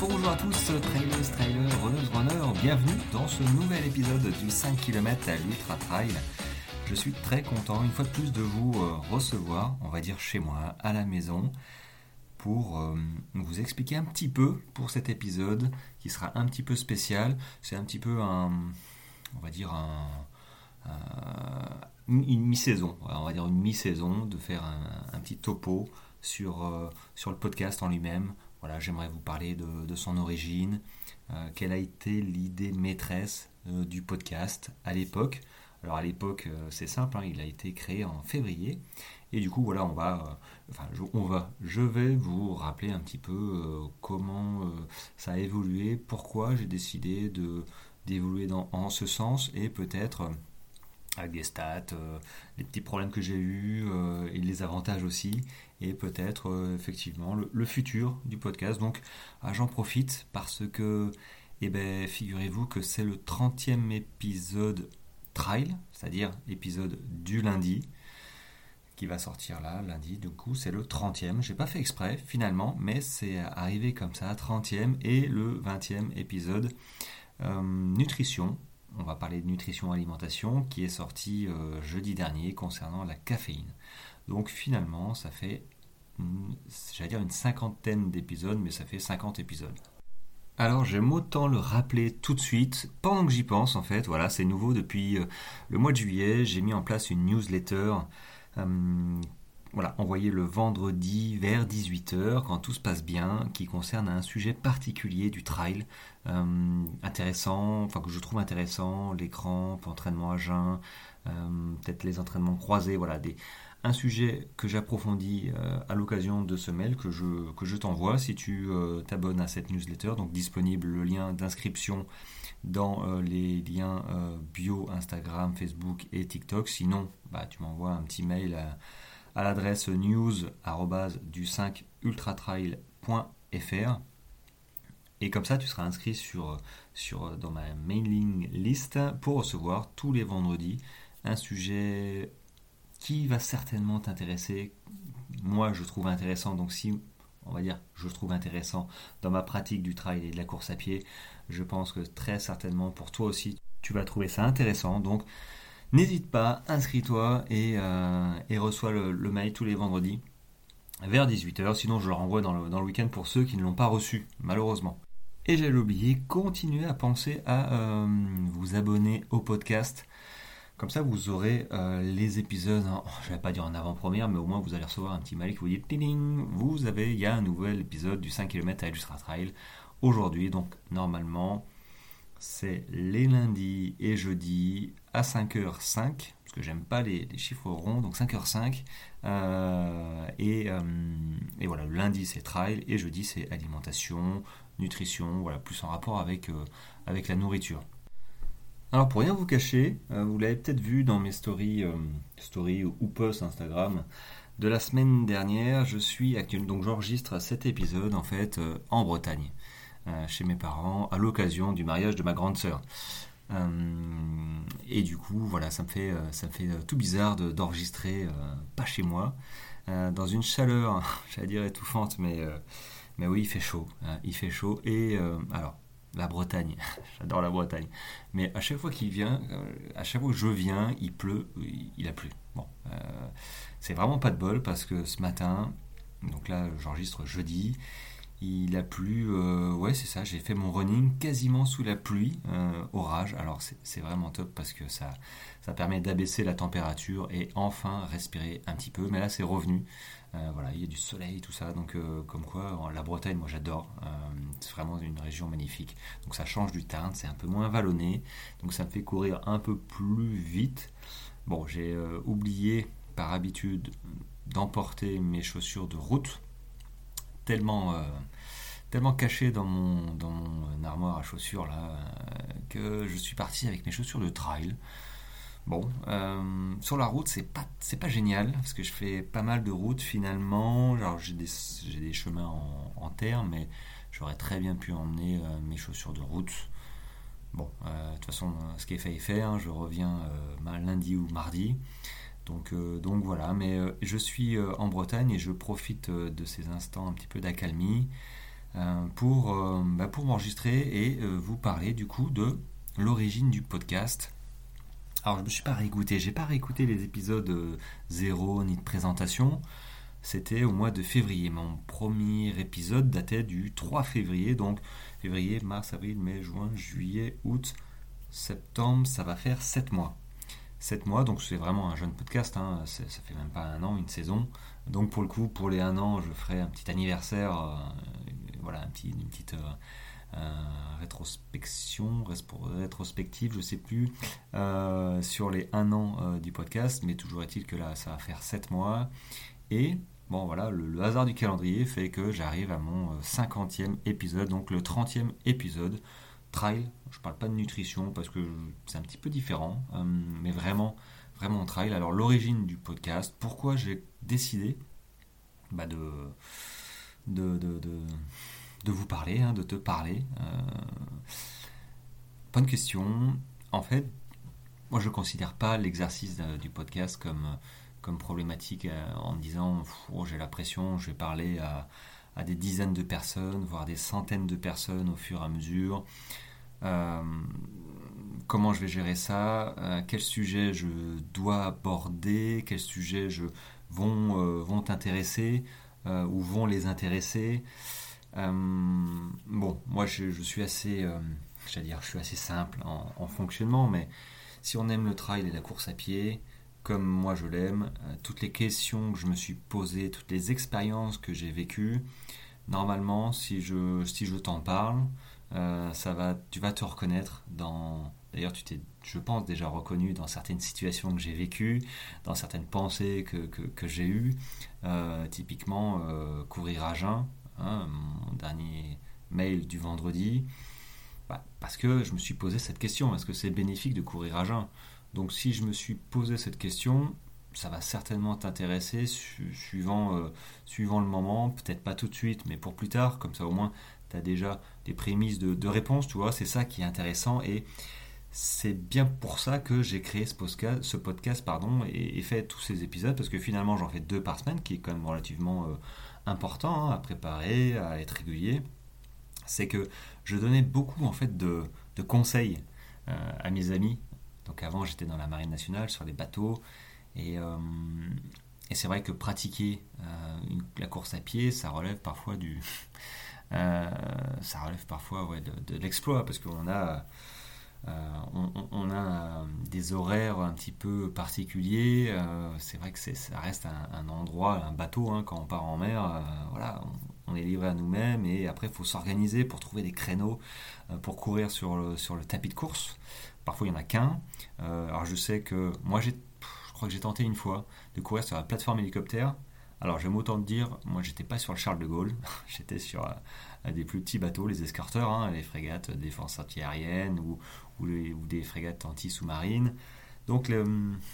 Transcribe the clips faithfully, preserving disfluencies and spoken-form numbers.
Bonjour à tous, trailers, trailers, runners, runners, bienvenue dans ce nouvel épisode du cinq kilomètres à l'Ultra Trail. Je suis très content une fois de plus de vous recevoir, on va dire chez moi, à la maison, pour euh, vous expliquer un petit peu pour cet épisode qui sera un petit peu spécial. C'est un petit peu un, on va dire un, un, une mi-saison, on va dire une mi-saison, de faire un, un petit topo sur, euh, sur le podcast en lui-même. Voilà, j'aimerais vous parler de, de son origine, euh, quelle a été l'idée maîtresse euh, du podcast à l'époque. Alors à l'époque, euh, c'est simple, hein, il a été créé en février. Et du coup, voilà, on va, euh, enfin, je, on va, je vais vous rappeler un petit peu euh, comment euh, ça a évolué, pourquoi j'ai décidé de, d'évoluer dans, en ce sens, et peut-être... Euh, avec des stats, euh, les petits problèmes que j'ai eus euh, et les avantages aussi, et peut-être euh, effectivement le, le futur du podcast. Donc ah, j'en profite parce que, eh ben, figurez-vous que c'est le trentième épisode trail, c'est-à-dire épisode du lundi, qui va sortir là, lundi, du coup c'est le trentième. J'ai pas fait exprès finalement, mais c'est arrivé comme ça, trentième, et le vingtième épisode euh, nutrition. On va parler de nutrition alimentation qui est sorti euh, jeudi dernier concernant la caféine. Donc finalement, ça fait, une, j'allais dire une cinquantaine d'épisodes, mais ça fait cinquante épisodes. Alors j'aime autant le rappeler tout de suite, pendant que j'y pense en fait, voilà, c'est nouveau depuis euh, le mois de juillet, j'ai mis en place une newsletter euh, Voilà, envoyé le vendredi vers dix-huit heures, quand tout se passe bien, qui concerne un sujet particulier du trail, euh, intéressant, enfin que je trouve intéressant, les crampes, entraînement à jeun, euh, peut-être les entraînements croisés, voilà, des, un sujet que j'approfondis euh, à l'occasion de ce mail que je, que je t'envoie si tu euh, t'abonnes à cette newsletter, donc disponible le lien d'inscription dans euh, les liens euh, bio, Instagram, Facebook et TikTok, sinon bah, tu m'envoies un petit mail à à l'adresse news arobase du cinq ultratrail point f r, et comme ça tu seras inscrit sur, sur, dans ma mailing list pour recevoir tous les vendredis un sujet qui va certainement t'intéresser. Moi je trouve intéressant, donc si on va dire je trouve intéressant dans ma pratique du trail et de la course à pied, je pense que très certainement pour toi aussi tu vas trouver ça intéressant. Donc n'hésite pas, inscris-toi et, euh, et reçois le, le mail tous les vendredis vers dix-huit heures. Sinon, je le renvoie dans le, dans le week-end pour ceux qui ne l'ont pas reçu, malheureusement. Et j'allais oublier, continuez à penser à euh, vous abonner au podcast. Comme ça, vous aurez euh, les épisodes, hein, je ne vais pas dire en avant-première, mais au moins vous allez recevoir un petit mail qui vous dit ting, vous avez, il y a un nouvel épisode du cinq kilomètres à l'Ultra Trail aujourd'hui. Donc, normalement, c'est les lundis et jeudis à cinq heures cinq, parce que j'aime pas les, les chiffres ronds, donc cinq heures cinq. Euh, et, euh, et voilà, le lundi c'est trail et jeudi c'est alimentation, nutrition, voilà, plus en rapport avec, euh, avec la nourriture. Alors pour rien vous cacher, euh, vous l'avez peut-être vu dans mes stories, euh, stories ou posts Instagram de la semaine dernière, je suis actuellement, donc j'enregistre cet épisode en fait euh, en Bretagne. Euh, chez mes parents à l'occasion du mariage de ma grande sœur. Euh, et du coup, voilà, ça me fait, euh, ça me fait euh, tout bizarre de, d'enregistrer euh, pas chez moi, euh, dans une chaleur, j'allais dire étouffante, mais, euh, mais oui, il fait chaud. Hein, il fait chaud. Et euh, alors, la Bretagne, j'adore la Bretagne, mais à chaque fois qu'il vient, euh, à chaque fois que je viens, il pleut, il, il a plu. Bon, euh, c'est vraiment pas de bol parce que ce matin, donc là, j'enregistre jeudi. Il a plu, euh, ouais c'est ça, j'ai fait mon running quasiment sous la pluie, euh, orage, alors c'est, c'est vraiment top parce que ça, ça permet d'abaisser la température et enfin respirer un petit peu, mais là c'est revenu, euh, voilà, il y a du soleil, tout ça, donc euh, comme quoi, la Bretagne, moi j'adore, euh, c'est vraiment une région magnifique, donc ça change du Tarn, c'est un peu moins vallonné, donc ça me fait courir un peu plus vite. Bon, j'ai euh, oublié par habitude d'emporter mes chaussures de route, tellement, euh, tellement caché dans mon, dans mon armoire à chaussures là, euh, que je suis parti avec mes chaussures de trail. Bon, euh, sur la route c'est pas, c'est pas génial parce que je fais pas mal de routes finalement. Alors j'ai des, j'ai des chemins en, en terre, mais j'aurais très bien pu emmener euh, mes chaussures de route. Bon, euh, de toute façon, ce qui est fait est fait, hein, je reviens euh, lundi ou mardi. Donc, euh, donc voilà, mais euh, je suis euh, en Bretagne et je profite euh, de ces instants un petit peu d'accalmie. euh, pour, euh, bah, pour m'enregistrer et euh, vous parler du coup de l'origine du podcast. Alors je me suis pas réécouté, j'ai pas réécouté les épisodes euh, zéro ni de présentation. C'était au mois de février. Mon premier épisode datait du trois février, donc février, mars, avril, mai, juin, juillet, août, septembre, ça va faire sept mois. sept mois, donc c'est vraiment un jeune podcast, hein, ça fait même pas un an, une saison. Donc pour le coup, pour les un an, je ferai un petit anniversaire, euh, voilà, un petit, une petite euh, euh, rétrospection, rétrospective, je sais plus, euh, sur les un an euh, du podcast, mais toujours est-il que là, ça va faire sept mois. Et bon voilà, le, le hasard du calendrier fait que j'arrive à mon cinquantième épisode, donc le trentième épisode. Trail, je parle pas de nutrition parce que c'est un petit peu différent, euh, mais vraiment, vraiment trail. Alors l'origine du podcast, pourquoi j'ai décidé bah, de, de, de, de, de vous parler, hein, de te parler. Euh, bonne question. En fait, moi je ne considère pas l'exercice de, du podcast comme comme problématique euh, en me disant oh, j'ai la pression, je vais parler à, à des dizaines de personnes, voire des centaines de personnes au fur et à mesure. Euh, comment je vais gérer ça, euh, quels sujets je dois aborder, quels sujets je, vont, euh, vont t'intéresser euh, ou vont les intéresser. Euh, bon, moi je, je suis assez, euh, j'allais dire, je suis assez simple en, en fonctionnement, mais si on aime le trail et la course à pied, comme moi je l'aime, euh, toutes les questions que je me suis posées, toutes les expériences que j'ai vécues, normalement, si je, si je t'en parle, euh, ça va, tu vas te reconnaître dans. D'ailleurs, tu t'es, je pense, déjà reconnu dans certaines situations que j'ai vécues, dans certaines pensées que, que, que j'ai eues. Euh, typiquement, euh, courir à jeun, hein, mon dernier mail du vendredi. Bah, parce que je me suis posé cette question, est-ce que c'est bénéfique de courir à jeun? Donc si je me suis posé cette question, ça va certainement t'intéresser su- suivant, euh, suivant le moment, peut-être pas tout de suite, mais pour plus tard, comme ça au moins tu as déjà des prémices de, de réponse, tu vois, c'est ça qui est intéressant et c'est bien pour ça que j'ai créé ce podcast, ce podcast pardon, et, et fait tous ces épisodes, parce que finalement j'en fais deux par semaine, qui est quand même relativement euh, important hein, à préparer, à être régulier. C'est que je donnais beaucoup en fait de, de conseils euh, à mes amis. Donc avant j'étais dans la marine nationale sur les bateaux et, euh, et c'est vrai que pratiquer euh, une- la course à pied ça relève parfois du euh, ça relève parfois ouais, de, de l'exploit parce qu'on a euh, on, on- on a euh, des horaires un petit peu particuliers. Euh, c'est vrai que c'est, ça reste un, un endroit, un bateau, hein, quand on part en mer. Euh, voilà, on, on est livré à nous-mêmes et après il faut s'organiser pour trouver des créneaux euh, pour courir sur le, sur le tapis de course. Parfois il n'y en a qu'un. Euh, alors je sais que moi j'ai, je crois que j'ai tenté une fois de courir sur la plateforme hélicoptère. Alors j'aime autant te dire, moi j'étais pas sur le Charles de Gaulle, j'étais sur euh, des plus petits bateaux, les escorteurs, hein, les frégates de défense antiaérienne ou, ou, les- ou des frégates anti-sous-marines. Donc le-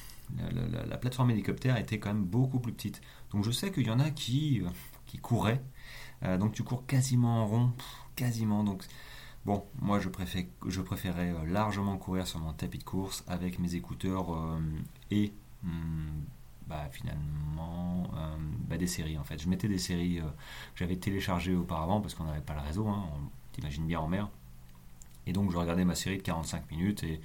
la, la- la plateforme hélicoptère était quand même beaucoup plus petite. Donc je sais qu'il y en a qui, euh, qui couraient. Euh, donc tu cours quasiment en rond, pff, quasiment. Donc bon, moi je, préfère, je préférais euh, largement courir sur mon tapis de course avec mes écouteurs euh, et hum, bah, finalement euh, bah, des séries en fait. Je mettais des séries euh, que j'avais téléchargées auparavant parce qu'on n'avait pas le réseau, hein, on t'imagine bien en mer. Et donc je regardais ma série de quarante-cinq minutes et,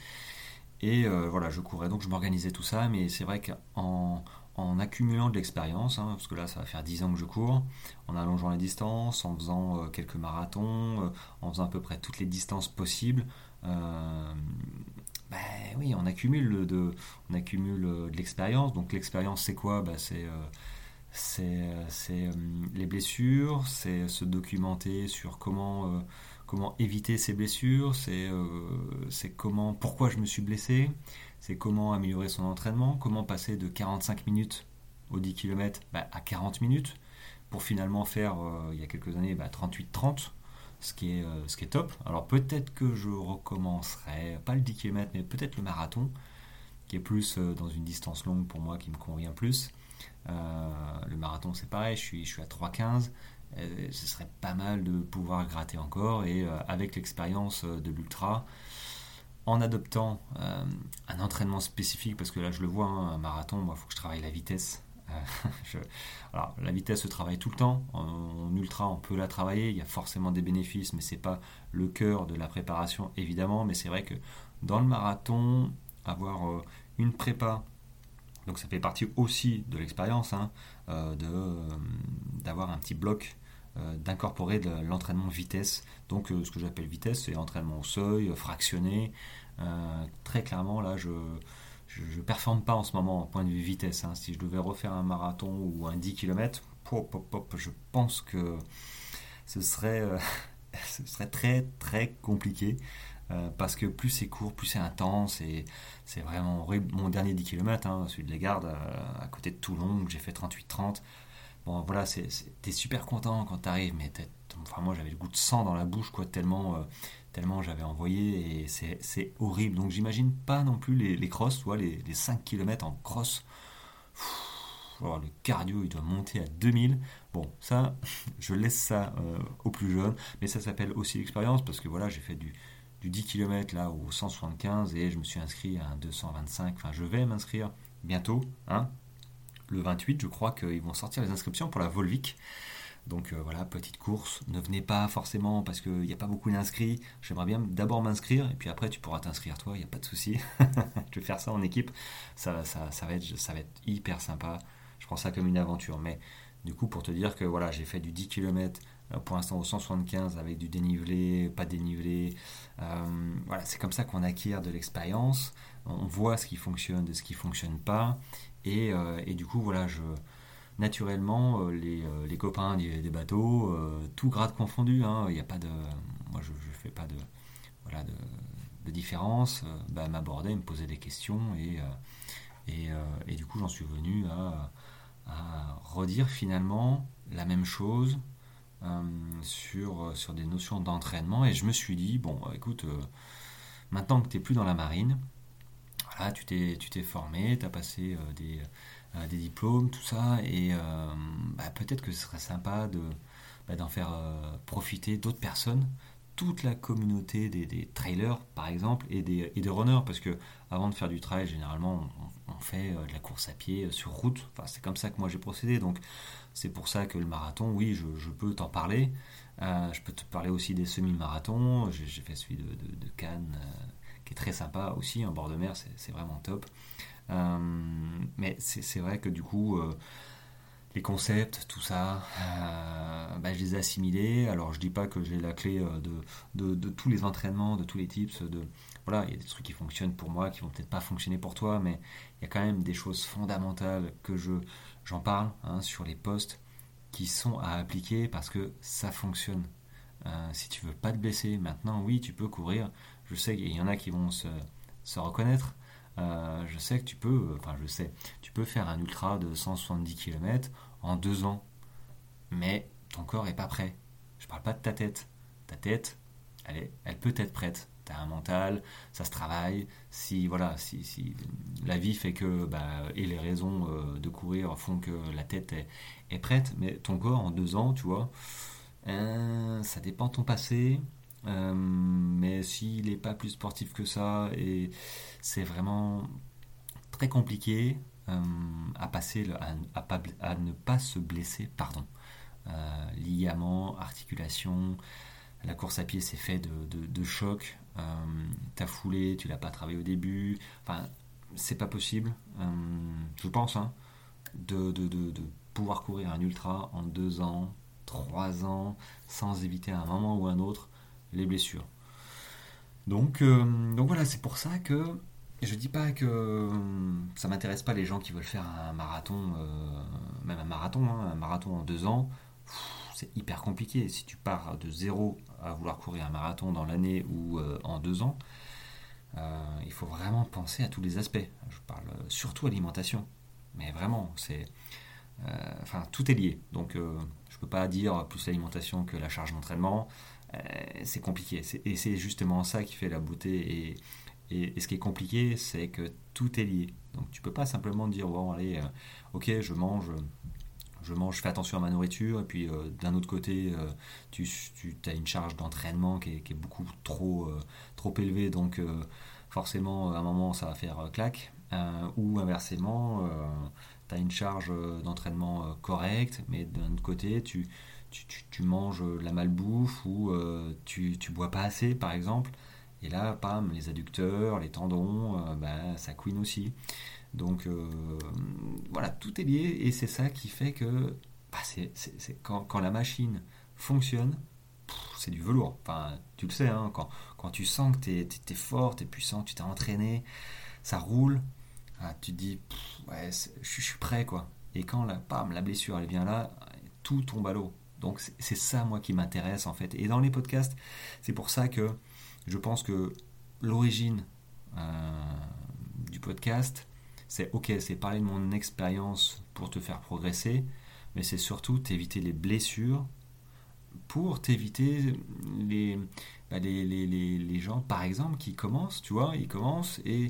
et euh, voilà, je courais. Donc je m'organisais tout ça, mais c'est vrai qu'en en accumulant de l'expérience, hein, parce que là ça va faire dix ans que je cours, en allongeant la distance, en faisant euh, quelques marathons, euh, en faisant à peu près toutes les distances possibles, euh, ben oui, on accumule de, on accumule euh, de l'expérience. Donc l'expérience c'est quoi? Ben, c'est euh, c'est, euh, c'est, euh, les blessures, c'est se documenter sur comment, euh, comment éviter ces blessures, c'est, euh, c'est comment, pourquoi je me suis blessé, c'est comment améliorer son entraînement, comment passer de quarante-cinq minutes aux dix kilomètres bah, à quarante minutes pour finalement faire, euh, il y a quelques années, bah, trente-huit trente, ce qui est, euh, ce qui est top. Alors peut-être que je recommencerai, pas le dix kilomètres, mais peut-être le marathon, qui est plus euh, dans une distance longue pour moi, qui me convient plus. Euh, le marathon, c'est pareil, je suis, je suis à trois quinze. Euh, ce serait pas mal de pouvoir gratter encore. Et euh, avec l'expérience euh, de l'ultra, en adoptant euh, un entraînement spécifique, parce que là, je le vois, hein, un marathon, moi, il faut que je travaille la vitesse. je... Alors, la vitesse se travaille tout le temps. En, en ultra, on peut la travailler. Il y a forcément des bénéfices, mais c'est pas le cœur de la préparation, évidemment. Mais c'est vrai que dans le marathon, avoir euh, une prépa, donc ça fait partie aussi de l'expérience, hein, euh, de, euh, d'avoir un petit bloc, euh, d'incorporer de l'entraînement vitesse. Donc, euh, ce que j'appelle vitesse, c'est entraînement au seuil, euh, fractionné. Euh, très clairement, là, je je ne performe pas en ce moment en point de vue vitesse. Hein. Si je devais refaire un marathon ou un dix kilomètres, pop, pop, pop, je pense que ce serait, euh, ce serait très très compliqué. Euh, parce que plus c'est court, plus c'est intense et c'est vraiment horrible. Mon dernier dix kilomètres, hein, celui de la Garde, euh, à côté de Toulon, j'ai fait trente-huit trente. Bon, voilà, c'est, c'est, t'es super content quand t'arrives, mais t'es, enfin, moi j'avais le goût de sang dans la bouche, quoi, tellement, euh, tellement j'avais envoyé, et c'est, c'est horrible. Donc j'imagine pas non plus les, les crosses, tu vois, les, les cinq kilomètres en cross. Pff, alors, le cardio, il doit monter à deux mille. Bon, ça, je laisse ça euh, aux plus jeunes, mais ça s'appelle aussi l'expérience, parce que voilà, j'ai fait du, du dix kilomètres là au cent soixante-quinze, et je me suis inscrit à un deux cent vingt-cinq, enfin je vais m'inscrire bientôt, hein, le vingt-huit, je crois qu'ils vont sortir les inscriptions pour la Volvic. Donc euh, voilà, petite course. Ne venez pas forcément parce qu'il n'y a pas beaucoup d'inscrits. J'aimerais bien d'abord m'inscrire et puis après tu pourras t'inscrire toi, il n'y a pas de souci. Je vais faire ça en équipe. Ça, ça, ça, va être, ça va être hyper sympa. Je prends ça comme une aventure. Mais du coup, pour te dire que voilà, j'ai fait du dix kilomètres pour l'instant au cent soixante-quinze avec du dénivelé, pas dénivelé. Euh, voilà, c'est comme ça qu'on acquiert de l'expérience. On voit ce qui fonctionne de ce qui ne fonctionne pas. Et, euh, et du coup, voilà, je, naturellement, euh, les, euh, les copains des, des bateaux, euh, tout grade confondu, hein, il n'y a pas de, moi je ne fais pas de, voilà, de, de différence, euh, bah, m'abordaient, me posaient des questions, et, euh, et, euh, et du coup, j'en suis venu à, à redire finalement la même chose euh, sur, sur des notions d'entraînement, et je me suis dit, bon, écoute, euh, maintenant que tu n'es plus dans la marine, voilà, tu t'es, tu t'es formé, tu as passé euh, des, euh, des diplômes, tout ça, et euh, bah, peut-être que ce serait sympa de, bah, d'en faire euh, profiter d'autres personnes, toute la communauté des, des trailers, par exemple, et des, et des runners, parce que avant de faire du trail, généralement, on, on fait euh, de la course à pied euh, sur route. Enfin, c'est comme ça que moi j'ai procédé, donc c'est pour ça que le marathon, oui, je, je peux t'en parler. Euh, je peux te parler aussi des semi-marathons. J'ai, j'ai fait celui de, de, de Cannes, euh, qui est très sympa aussi, en bord de mer, c'est, c'est vraiment top. Euh, mais c'est, c'est vrai que du coup, euh, les concepts, tout ça, euh, bah, je les ai assimilés. Alors je dis pas que j'ai la clé euh, de, de, de tous les entraînements, de tous les tips. De, voilà, il y a des trucs qui fonctionnent pour moi, qui vont peut-être pas fonctionner pour toi, mais il y a quand même des choses fondamentales que je, j'en parle, hein, sur les posts, qui sont à appliquer parce que ça fonctionne. Euh, si tu veux pas te blesser, maintenant, oui, tu peux courir. Je sais qu'il y en a qui vont se, se reconnaître. Euh, je sais que tu peux, enfin je sais, tu peux faire un ultra de cent soixante-dix kilomètres en deux ans, mais ton corps est pas prêt. Je parle pas de ta tête. Ta tête, elle, est, elle peut être prête. Tu as un mental, ça se travaille. Si voilà, si, si la vie fait que, bah, et les raisons euh, de courir font que la tête est, est prête, mais ton corps en deux ans, tu vois, euh, ça dépend de ton passé. Euh, mais s'il n'est pas plus sportif que ça, et c'est vraiment très compliqué euh, à passer, à, à, pas- à ne pas se blesser, pardon. Euh, ligaments, articulations, la course à pied c'est fait de, de, de chocs, euh, t'as foulé, tu l'as pas travaillé au début, enfin c'est pas possible, euh, je pense, hein, de, de, de, de pouvoir courir un ultra en deux ans, trois ans, sans éviter à un moment ou un autre les blessures. Donc, euh, donc voilà, c'est pour ça que je dis pas que euh, ça m'intéresse pas les gens qui veulent faire un marathon, euh, même un marathon, hein, un marathon en deux ans. Pff, c'est hyper compliqué. Si tu pars de zéro à vouloir courir un marathon dans l'année ou euh, en deux ans, euh, il faut vraiment penser à tous les aspects. Je parle surtout alimentation, mais vraiment, c'est, euh, enfin, tout est lié. Donc, euh, je peux pas dire plus l'alimentation que la charge d'entraînement. Euh, c'est compliqué. C'est- et c'est justement ça qui fait la beauté. Et, et, et ce qui est compliqué, c'est que tout est lié. Donc tu peux pas simplement dire, bon, allez, euh, ok, je mange, je mange, je fais attention à ma nourriture, et puis euh, d'un autre côté, euh, tu, tu as une charge d'entraînement qui est, qui est beaucoup trop, euh, trop élevée, donc euh, forcément, à un moment, ça va faire euh, clac. Euh, ou inversement, euh, tu as une charge d'entraînement euh, correcte, mais d'un autre côté, tu, tu, tu, tu manges la malbouffe ou euh, tu, tu bois pas assez, par exemple. Et là, pam, les adducteurs, les tendons, euh, bah, ça couine aussi. Donc euh, voilà, tout est lié et c'est ça qui fait que bah, c'est, c'est, c'est quand, quand la machine fonctionne, pff, c'est du velours. Enfin, tu le sais, hein, quand, quand tu sens que tu es fort, tu es puissant, tu t'es entraîné, ça roule, ah, tu te dis, pff, ouais, je suis prêt quoi. Et quand la, bam, la blessure elle vient là, tout tombe à l'eau. Donc c'est, c'est ça moi qui m'intéresse en fait. Et dans les podcasts, c'est pour ça que je pense que l'origine euh, du podcast, c'est ok, c'est parler de mon expérience pour te faire progresser, mais c'est surtout t'éviter les blessures pour t'éviter les, bah, les, les, les, les gens, par exemple, qui commencent, tu vois, ils commencent et,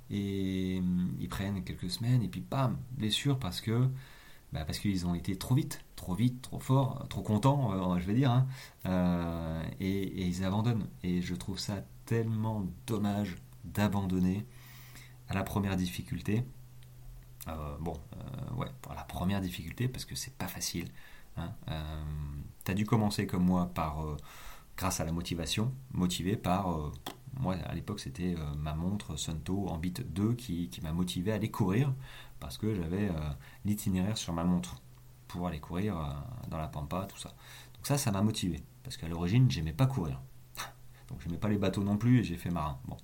et ils prennent quelques semaines et puis bam, blessure parce que bah parce qu'ils ont été trop vite, trop vite, trop fort, trop contents, euh, je vais dire, hein, euh, et, et ils abandonnent. Et je trouve ça tellement dommage d'abandonner à la première difficulté. Euh, bon, euh, ouais, pour la première difficulté, parce que c'est pas facile. Hein. Euh, T'as dû commencer comme moi par, euh, grâce à la motivation, motivé par, euh, moi à l'époque c'était euh, ma montre Sunto Ambit deux qui, qui m'a motivé à aller courir, parce que j'avais euh, l'itinéraire sur ma montre pour aller courir euh, dans la pampa, tout ça. Donc ça, ça m'a motivé, parce qu'à l'origine, j'aimais pas courir. Donc j'aimais pas les bateaux non plus et j'ai fait marin. Bon.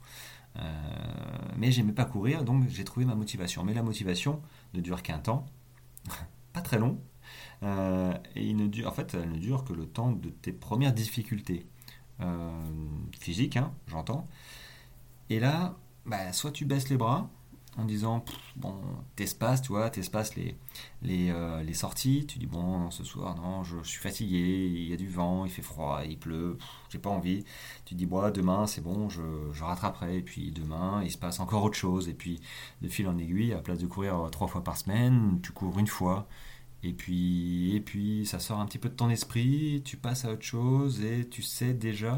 Euh, mais j'aimais pas courir, donc j'ai trouvé ma motivation. Mais la motivation ne dure qu'un temps, pas très long, euh, et il ne dure, en fait, elle ne dure que le temps de tes premières difficultés euh, physiques, hein, j'entends. Et là, bah, soit tu baisses les bras en disant, pff, bon, t'espaces, tu vois, t'espaces les, les, euh, les sorties, tu dis, bon, non, ce soir, non, je, je suis fatigué, il y a du vent, il fait froid, il pleut, pff, j'ai pas envie. Tu dis, bon, demain, c'est bon, je, je rattraperai, et puis demain, il se passe encore autre chose, et puis de fil en aiguille, à place de courir euh, trois fois par semaine, tu cours une fois, et puis, et puis ça sort un petit peu de ton esprit, tu passes à autre chose, et tu sais déjà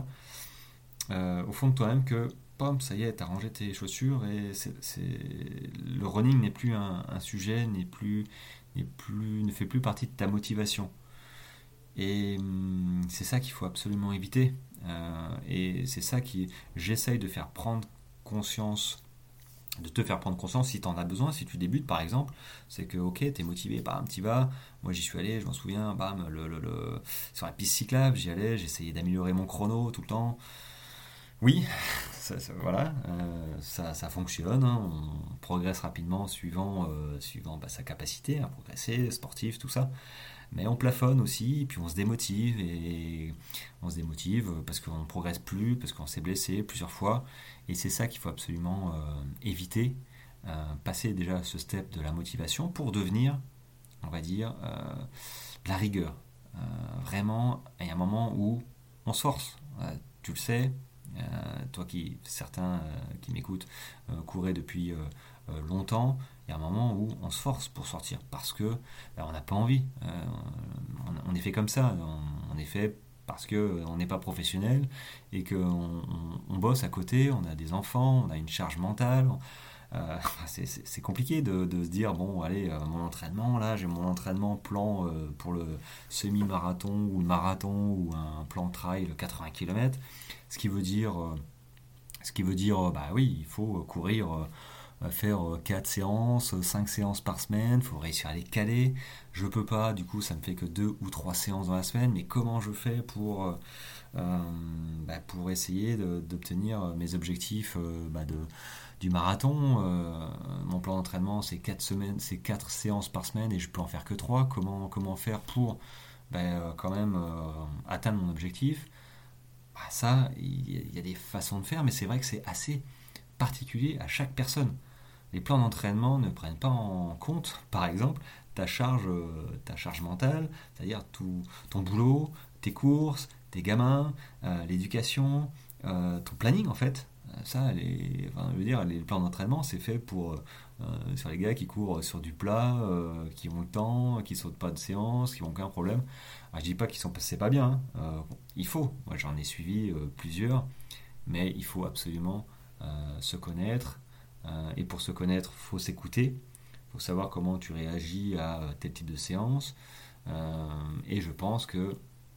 euh, au fond de toi-même que pom, ça y est, t'as rangé tes chaussures et c'est, c'est... le running n'est plus un, un sujet, n'est plus, n'est plus, ne fait plus partie de ta motivation. Et hum, c'est ça qu'il faut absolument éviter. Euh, et c'est ça qui j'essaye de faire prendre conscience, de te faire prendre conscience si tu en as besoin, si tu débutes par exemple, c'est que ok, t'es motivé, bam, t'y vas. Moi j'y suis allé, je m'en souviens, bam, le, le, le- sur la piste cyclable, j'y allais, j'essayais d'améliorer mon chrono tout le temps. Oui, ça, ça- voilà, euh, ça, ça fonctionne, hein, on progresse rapidement suivant, euh, suivant bah, sa capacité à progresser, sportif, tout ça. Mais on plafonne aussi, puis on se démotive, et on se démotive parce qu'on ne progresse plus, parce qu'on s'est blessé plusieurs fois. Et c'est ça qu'il faut absolument euh, éviter, euh, passer déjà ce step de la motivation pour devenir, on va dire, euh, de la rigueur. Euh, Vraiment, il y a un moment où on se force. Euh, tu le sais, euh, toi qui, certains euh, qui m'écoutent, euh, couraient depuis euh, euh, longtemps, il y a un moment où on se force pour sortir parce que ben, on n'a pas envie. Euh, on, on est fait comme ça, on, on est fait parce que on n'est pas professionnel et qu'on on, on bosse à côté, on a des enfants, on a une charge mentale. Euh, c'est, c'est- c'est compliqué de, de se dire bon allez euh, mon entraînement là j'ai mon entraînement plan euh, pour le semi-marathon ou le marathon ou un plan trail quatre-vingts kilomètres, ce qui veut dire euh, ce qui veut dire euh, bah oui il faut courir euh, faire euh, quatre séances, cinq séances par semaine, il faut réussir à les caler. Je peux pas, du coup ça me fait que deux ou trois séances dans la semaine, mais comment je fais pour, euh, euh, bah, pour essayer de- d'obtenir mes objectifs euh, bah, de, du marathon. Euh, mon plan d'entraînement c'est quatre semaines, c'est quatre séances par semaine et je peux en faire que trois. Comment, comment faire pour bah, euh, quand même euh, atteindre mon objectif? Bah, ça, il y, a- il y a des façons de faire, mais c'est vrai que c'est assez particulier à chaque personne. Les plans d'entraînement ne prennent pas en compte, par exemple, ta charge, euh, ta charge mentale, c'est-à-dire tout ton boulot, tes courses, tes gamins, euh, l'éducation, euh, ton planning en fait. Euh, Ça, les, enfin, je veux dire, les plans d'entraînement, c'est fait pour euh, sur les gars qui courent sur du plat, euh, qui ont le temps, qui sautent pas de séance, qui n'ont aucun problème. Alors, je dis pas qu'ils sont, c'est pas bien. Hein. Euh, il faut. Moi, j'en ai suivi euh, plusieurs, mais il faut absolument euh, se connaître. Euh, et pour se connaître, faut s'écouter. Il faut savoir comment tu réagis à tel type de séance. Euh, et je pense que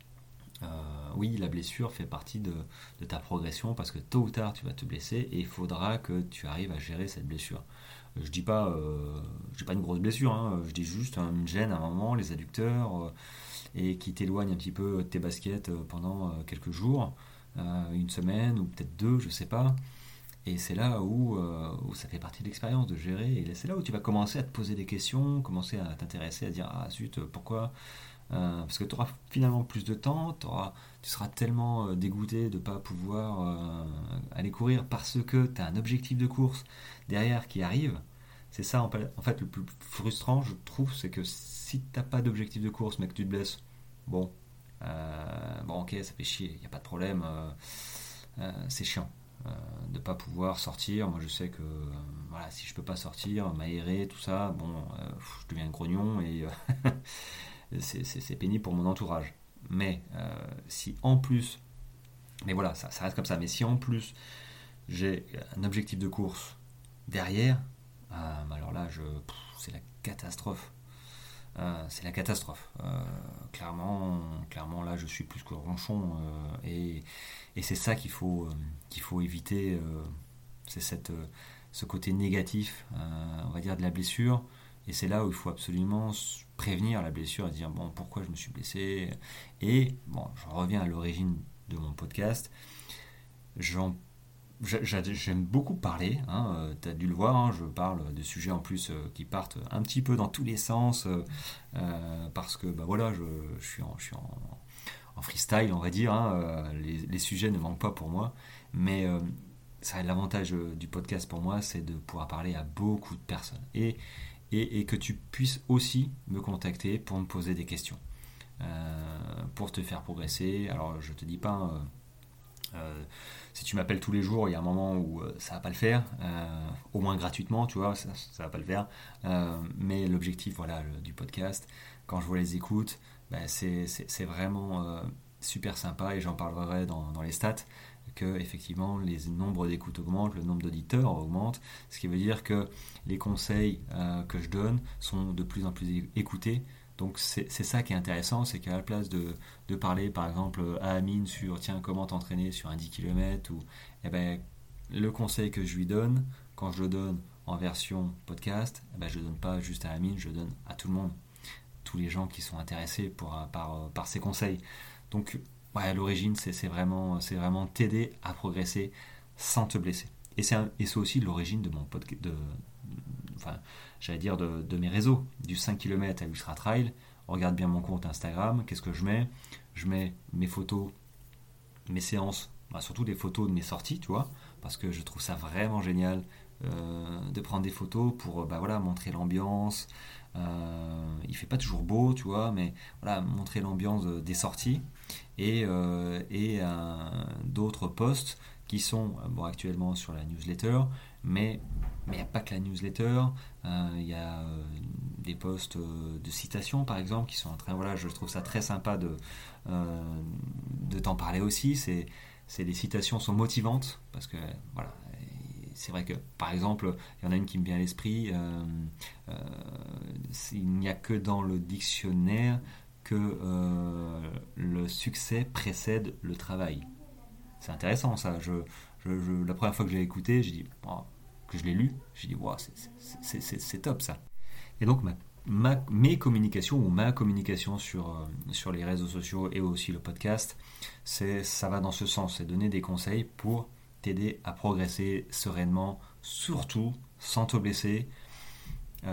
euh, oui, la blessure fait partie de, de ta progression parce que tôt ou tard tu vas te blesser et il faudra que tu arrives à gérer cette blessure. Je dis pas, euh, je dis pas une grosse blessure, hein, je dis juste une gêne à un moment, les adducteurs, euh, et qui t'éloigne un petit peu de tes baskets euh, pendant euh, quelques jours, euh, une semaine ou peut-être deux, je sais pas. Et c'est là où, euh, où ça fait partie de l'expérience de gérer. Et c'est là où tu vas commencer à te poser des questions, commencer à t'intéresser, à dire ah zut, pourquoi euh, Parce que tu auras finalement plus de temps, t'auras, tu seras tellement euh, dégoûté de ne pas pouvoir euh, aller courir parce que tu as un objectif de course derrière qui arrive. C'est ça en fait le plus frustrant, je trouve, c'est que si t'as pas d'objectif de course mais que tu te blesses, bon, euh, bon ok, ça fait chier, il n'y a pas de problème, euh, euh, c'est chiant euh, de pas pouvoir sortir. Moi je sais que euh, voilà, si je peux pas sortir, m'aérer, tout ça, bon, euh, je deviens un grognon et euh, c'est, c'est, c'est pénible pour mon entourage. Mais euh, si en plus, mais voilà, ça, ça reste comme ça, mais si en plus j'ai un objectif de course derrière, euh, alors là, je, pff, c'est la catastrophe. Euh, c'est la catastrophe. Euh, clairement, clairement, là, je suis plus que ronchon. Euh, et, et c'est ça qu'il faut, euh, qu'il faut éviter. Euh, c'est cette, euh, ce côté négatif, euh, on va dire, de la blessure. Et c'est là où il faut absolument prévenir la blessure et dire, bon, pourquoi je me suis blessé. Et, bon, j'en reviens à l'origine de mon podcast. J'en J'aime beaucoup parler, hein, euh, tu as dû le voir, hein, je parle de sujets en plus euh, qui partent un petit peu dans tous les sens, euh, euh, parce que bah voilà, je, je suis, en, je suis en, en freestyle, on va dire, hein, euh, les, les sujets ne manquent pas pour moi, mais euh, ça, l'avantage euh, du podcast pour moi, c'est de pouvoir parler à beaucoup de personnes, et, et, et que tu puisses aussi me contacter pour me poser des questions, euh, pour te faire progresser. Alors je te dis pas... Euh, Euh, si tu m'appelles tous les jours, il y a un moment où euh, ça va pas le faire, euh, au moins gratuitement, tu vois, ça, ça va pas le faire. Euh, mais l'objectif, voilà, le- du podcast, quand je vois les écoutes, bah, c'est, c'est, c'est vraiment euh, super sympa et j'en parlerai dans, dans les stats que effectivement les nombres d'écoutes augmentent, le nombre d'auditeurs augmente, ce qui veut dire que les conseils euh, que je donne sont de plus en plus é- écoutés. Donc c'est, c'est ça qui est intéressant, c'est qu'à la place de, de parler par exemple à Amine sur tiens comment t'entraîner sur un dix kilomètres ou eh ben, le conseil que je lui donne, quand je le donne en version podcast, eh ben, je ne le donne pas juste à Amine, je le donne à tout le monde, tous les gens qui sont intéressés pour, par, par ces conseils. Donc ouais, à l'origine c'est, c'est, vraiment, c'est vraiment t'aider à progresser sans te blesser. Et c'est, un, et c'est aussi l'origine de mon podcast, de, enfin, j'allais dire de, de mes réseaux, du cinq kilomètres à l'Ultra Trail. Regarde bien mon compte Instagram, qu'est-ce que je mets Je mets mes photos, mes séances, bah surtout des photos de mes sorties, tu vois, parce que je trouve ça vraiment génial euh, de prendre des photos pour bah, voilà, montrer l'ambiance. Euh, il fait pas toujours beau, tu vois, mais voilà, montrer l'ambiance des sorties. Et, euh, et euh, d'autres posts qui sont bon, actuellement sur la newsletter, mais mais il n'y a pas que la newsletter, euh, il y a euh, des posts euh, de citations par exemple qui sont en train, voilà, je trouve ça très sympa de, euh, de t'en parler aussi. C'est, c'est les citations sont motivantes parce que voilà, c'est vrai que par exemple il y en a une qui me vient à l'esprit, euh, euh, il n'y a que dans le dictionnaire que euh, le succès précède le travail. C'est intéressant ça. Je, je, je, la première fois que je l'ai écouté, j'ai dit, oh, que je l'ai lu, j'ai dit, wow, c'est, c'est, c'est, c'est top ça. Et donc ma, ma, mes communications ou ma communication sur, euh, sur les réseaux sociaux et aussi le podcast, c'est, ça va dans ce sens, c'est donner des conseils pour t'aider à progresser sereinement, surtout sans te blesser. Euh,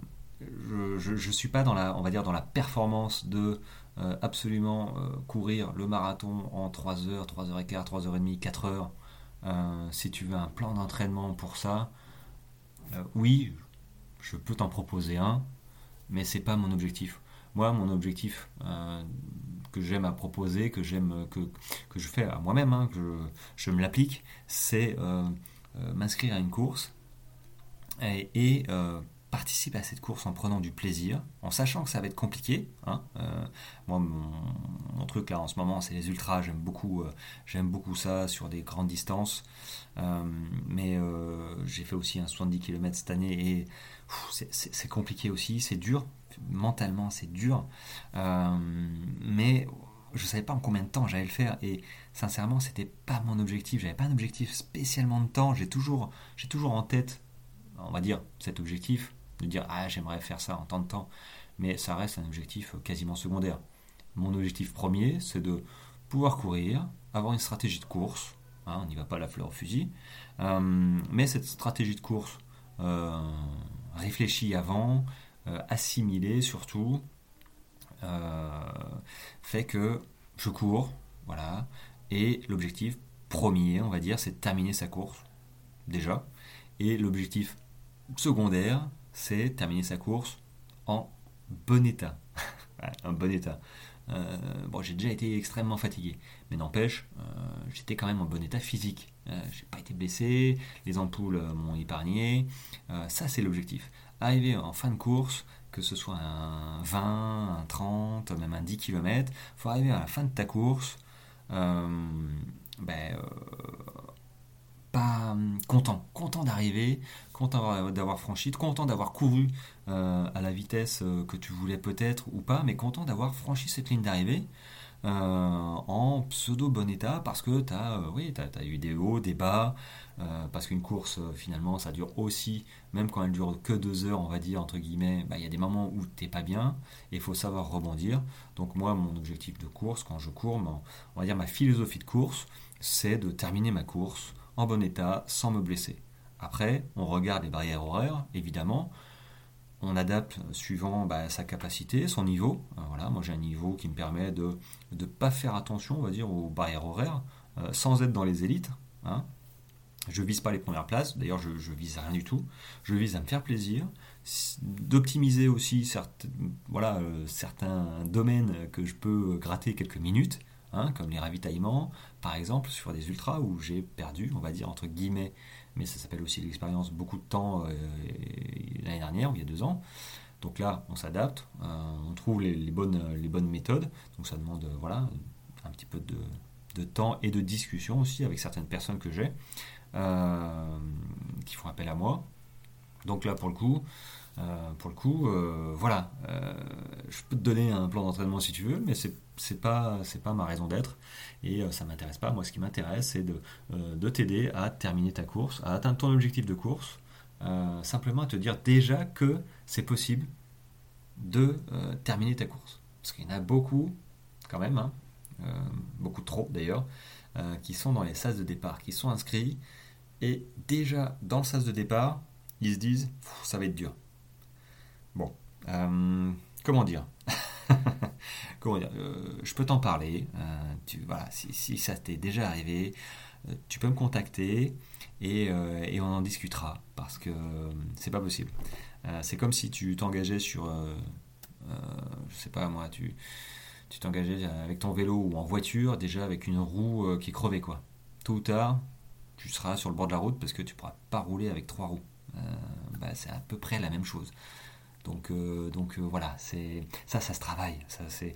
je ne suis pas dans la, on va dire, dans la performance de euh, absolument euh, courir le marathon en trois heures, trois heures quinze, trois heures trente, quatre heures. Euh, si tu veux un plan d'entraînement pour ça, euh, oui, je peux t'en proposer un, mais c'est pas mon objectif. Moi, mon objectif euh, que j'aime à proposer, que j'aime, que, que je fais à moi-même, hein, que je, je me l'applique, c'est euh, euh, m'inscrire à une course et, et euh, participer à cette course en prenant du plaisir, en sachant que ça va être compliqué. Hein. Euh, moi, mon, mon truc là en ce moment, c'est les ultras. J'aime beaucoup, euh, j'aime beaucoup ça sur des grandes distances. Euh, mais euh, j'ai fait aussi un soixante-dix kilomètres cette année et pff, c'est, c'est, c'est compliqué aussi, c'est dur. Mentalement, c'est dur. Euh, mais je savais pas en combien de temps j'allais le faire et sincèrement, c'était pas mon objectif. J'avais pas un objectif spécialement de temps. J'ai toujours, j'ai toujours en tête, on va dire, cet objectif de dire ah j'aimerais faire ça en tant de temps, mais ça reste un objectif quasiment secondaire. Mon objectif premier, c'est de pouvoir courir, avoir une stratégie de course. Hein, on n'y va pas à la fleur au fusil, euh, mais cette stratégie de course euh, réfléchie avant, euh, assimilée surtout, euh, fait que je cours, voilà, et l'objectif premier, on va dire, c'est de terminer sa course, déjà, et l'objectif secondaire, c'est terminer sa course en bon état. Ouais, en bon état. Euh, bon, j'ai déjà été extrêmement fatigué, mais n'empêche, euh, j'étais quand même en bon état physique. Euh, j'ai pas été blessé, les ampoules euh, m'ont épargné. Euh, ça, c'est l'objectif. Arriver en fin de course, que ce soit un vingt, un trente, même un dix kilomètres, faut arriver à la fin de ta course, euh, ben, euh, pas hum, content, content d'arriver, content d'avoir- d'avoir franchi, content d'avoir couru euh, à la vitesse euh, que tu voulais peut-être ou pas, mais content d'avoir franchi cette ligne d'arrivée euh, en pseudo bon état parce que tu as oui, t'as, t'as eu des hauts, des bas, euh, parce qu'une course euh, finalement ça dure aussi, même quand elle dure que deux heures, on va dire, entre guillemets, bah, il y a des moments où t'es pas bien et il faut savoir rebondir. Donc moi, mon objectif de course, quand je cours, mon- on va dire ma philosophie de course, c'est de terminer ma course en bon état, sans me blesser. Après, on regarde les barrières horaires, évidemment, on adapte suivant bah, sa capacité, son niveau. Euh, voilà, moi j'ai un niveau qui me permet de ne pas faire attention, on va dire, aux barrières horaires, euh, sans être dans les élites. Hein. Je vise pas les premières places, d'ailleurs je, je vise rien du tout. Je vise à me faire plaisir, d'optimiser aussi certes, voilà, euh, certains domaines que je peux gratter quelques minutes, hein, comme les ravitaillements, par exemple, sur des ultras où j'ai perdu, on va dire, entre guillemets, mais ça s'appelle aussi l'expérience, beaucoup de temps euh, l'année dernière, ou il y a deux ans. Donc là, on s'adapte, euh, on trouve les, les bonnes, les bonnes méthodes, donc ça demande euh, voilà, un petit peu de, de temps et de discussion aussi avec certaines personnes que j'ai. Euh, qui font appel à moi. Donc là, pour le coup, euh, pour le coup, euh, voilà, euh, je peux te donner un plan d'entraînement si tu veux, mais c'est c'est pas c'est pas ma raison d'être et euh, ça m'intéresse pas. Moi, ce qui m'intéresse, c'est de euh, de t'aider à terminer ta course, à atteindre ton objectif de course, euh, simplement à te dire déjà que c'est possible de euh, terminer ta course, parce qu'il y en a beaucoup, quand même, hein, euh, beaucoup trop d'ailleurs, euh, qui sont dans les sas de départ, qui sont inscrits et déjà, dans le sas de départ, ils se disent ça va être dur. Bon, euh, comment dire Comment dire euh, Je peux t'en parler. Euh, tu, voilà, si, si ça t'est déjà arrivé, euh, tu peux me contacter et, euh, et on en discutera parce que euh, c'est pas possible. Euh, c'est comme si tu t'engageais sur, euh, euh, je sais pas moi, tu tu t'engageais avec ton vélo ou en voiture, déjà avec une roue euh, qui est crevée quoi. Tôt ou tard, tu seras sur le bord de la route parce que tu ne pourras pas rouler avec trois roues. Euh, bah, c'est à peu près la même chose. Donc, euh, donc euh, voilà, c'est ça, ça se travaille. Ça, c'est,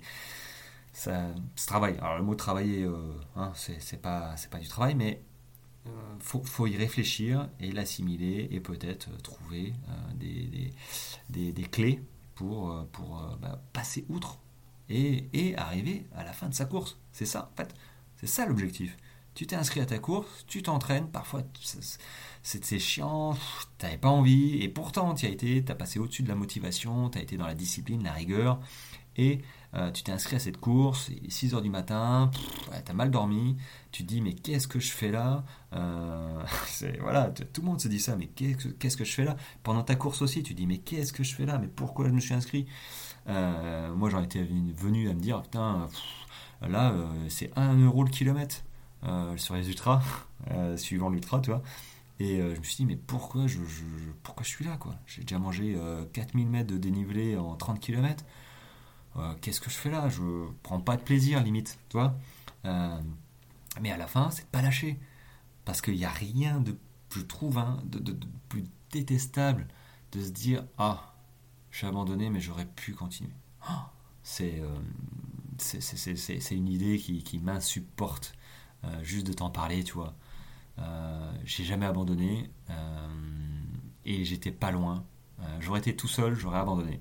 ça se travaille. Alors le mot travailler, euh, hein, c'est, c'est pas, c'est pas du travail, mais euh, faut, faut y réfléchir et l'assimiler et peut-être euh, trouver euh, des, des, des, des clés pour, euh, pour euh, bah, passer outre et, et arriver à la fin de sa course. C'est ça, en fait. C'est ça l'objectif. Tu t'es inscrit à ta course, tu t'entraînes, parfois c'est, c'est chiant, t'avais pas envie, et pourtant tu y as été, t'as passé au-dessus de la motivation, t'as été dans la discipline, la rigueur, et euh, tu t'es inscrit à cette course, et six heures du matin, pff, ouais, t'as mal dormi, tu te dis mais qu'est-ce que je fais là euh, c'est, voilà, tout le monde se dit ça, mais qu'est-ce que, qu'est-ce que je fais là. Pendant ta course aussi, tu te dis mais qu'est-ce que je fais là, mais pourquoi je me suis inscrit. Euh, moi j'en étais venu à me dire putain, pff, là euh, c'est un euro le kilomètre. Euh, sur les ultras, euh, suivant l'ultra, tu vois. Et euh, je me suis dit, mais pourquoi je, je, pourquoi je suis là, quoi. J'ai déjà mangé euh, quatre mille mètres de dénivelé en trente kilomètres. Euh, qu'est-ce que je fais là? Je prends pas de plaisir, limite, tu vois. Euh, mais à la fin, c'est de pas lâcher. Parce qu'il n'y a rien de, je trouve, hein, de, de, de plus détestable de se dire ah, j'ai abandonné mais j'aurais pu continuer. Oh, c'est, euh, c'est, c'est, c'est, c'est, c'est une idée qui, qui m'insupporte, euh, juste de t'en parler, tu vois. Euh, j'ai jamais abandonné euh, et j'étais pas loin. Euh, j'aurais été tout seul, j'aurais abandonné.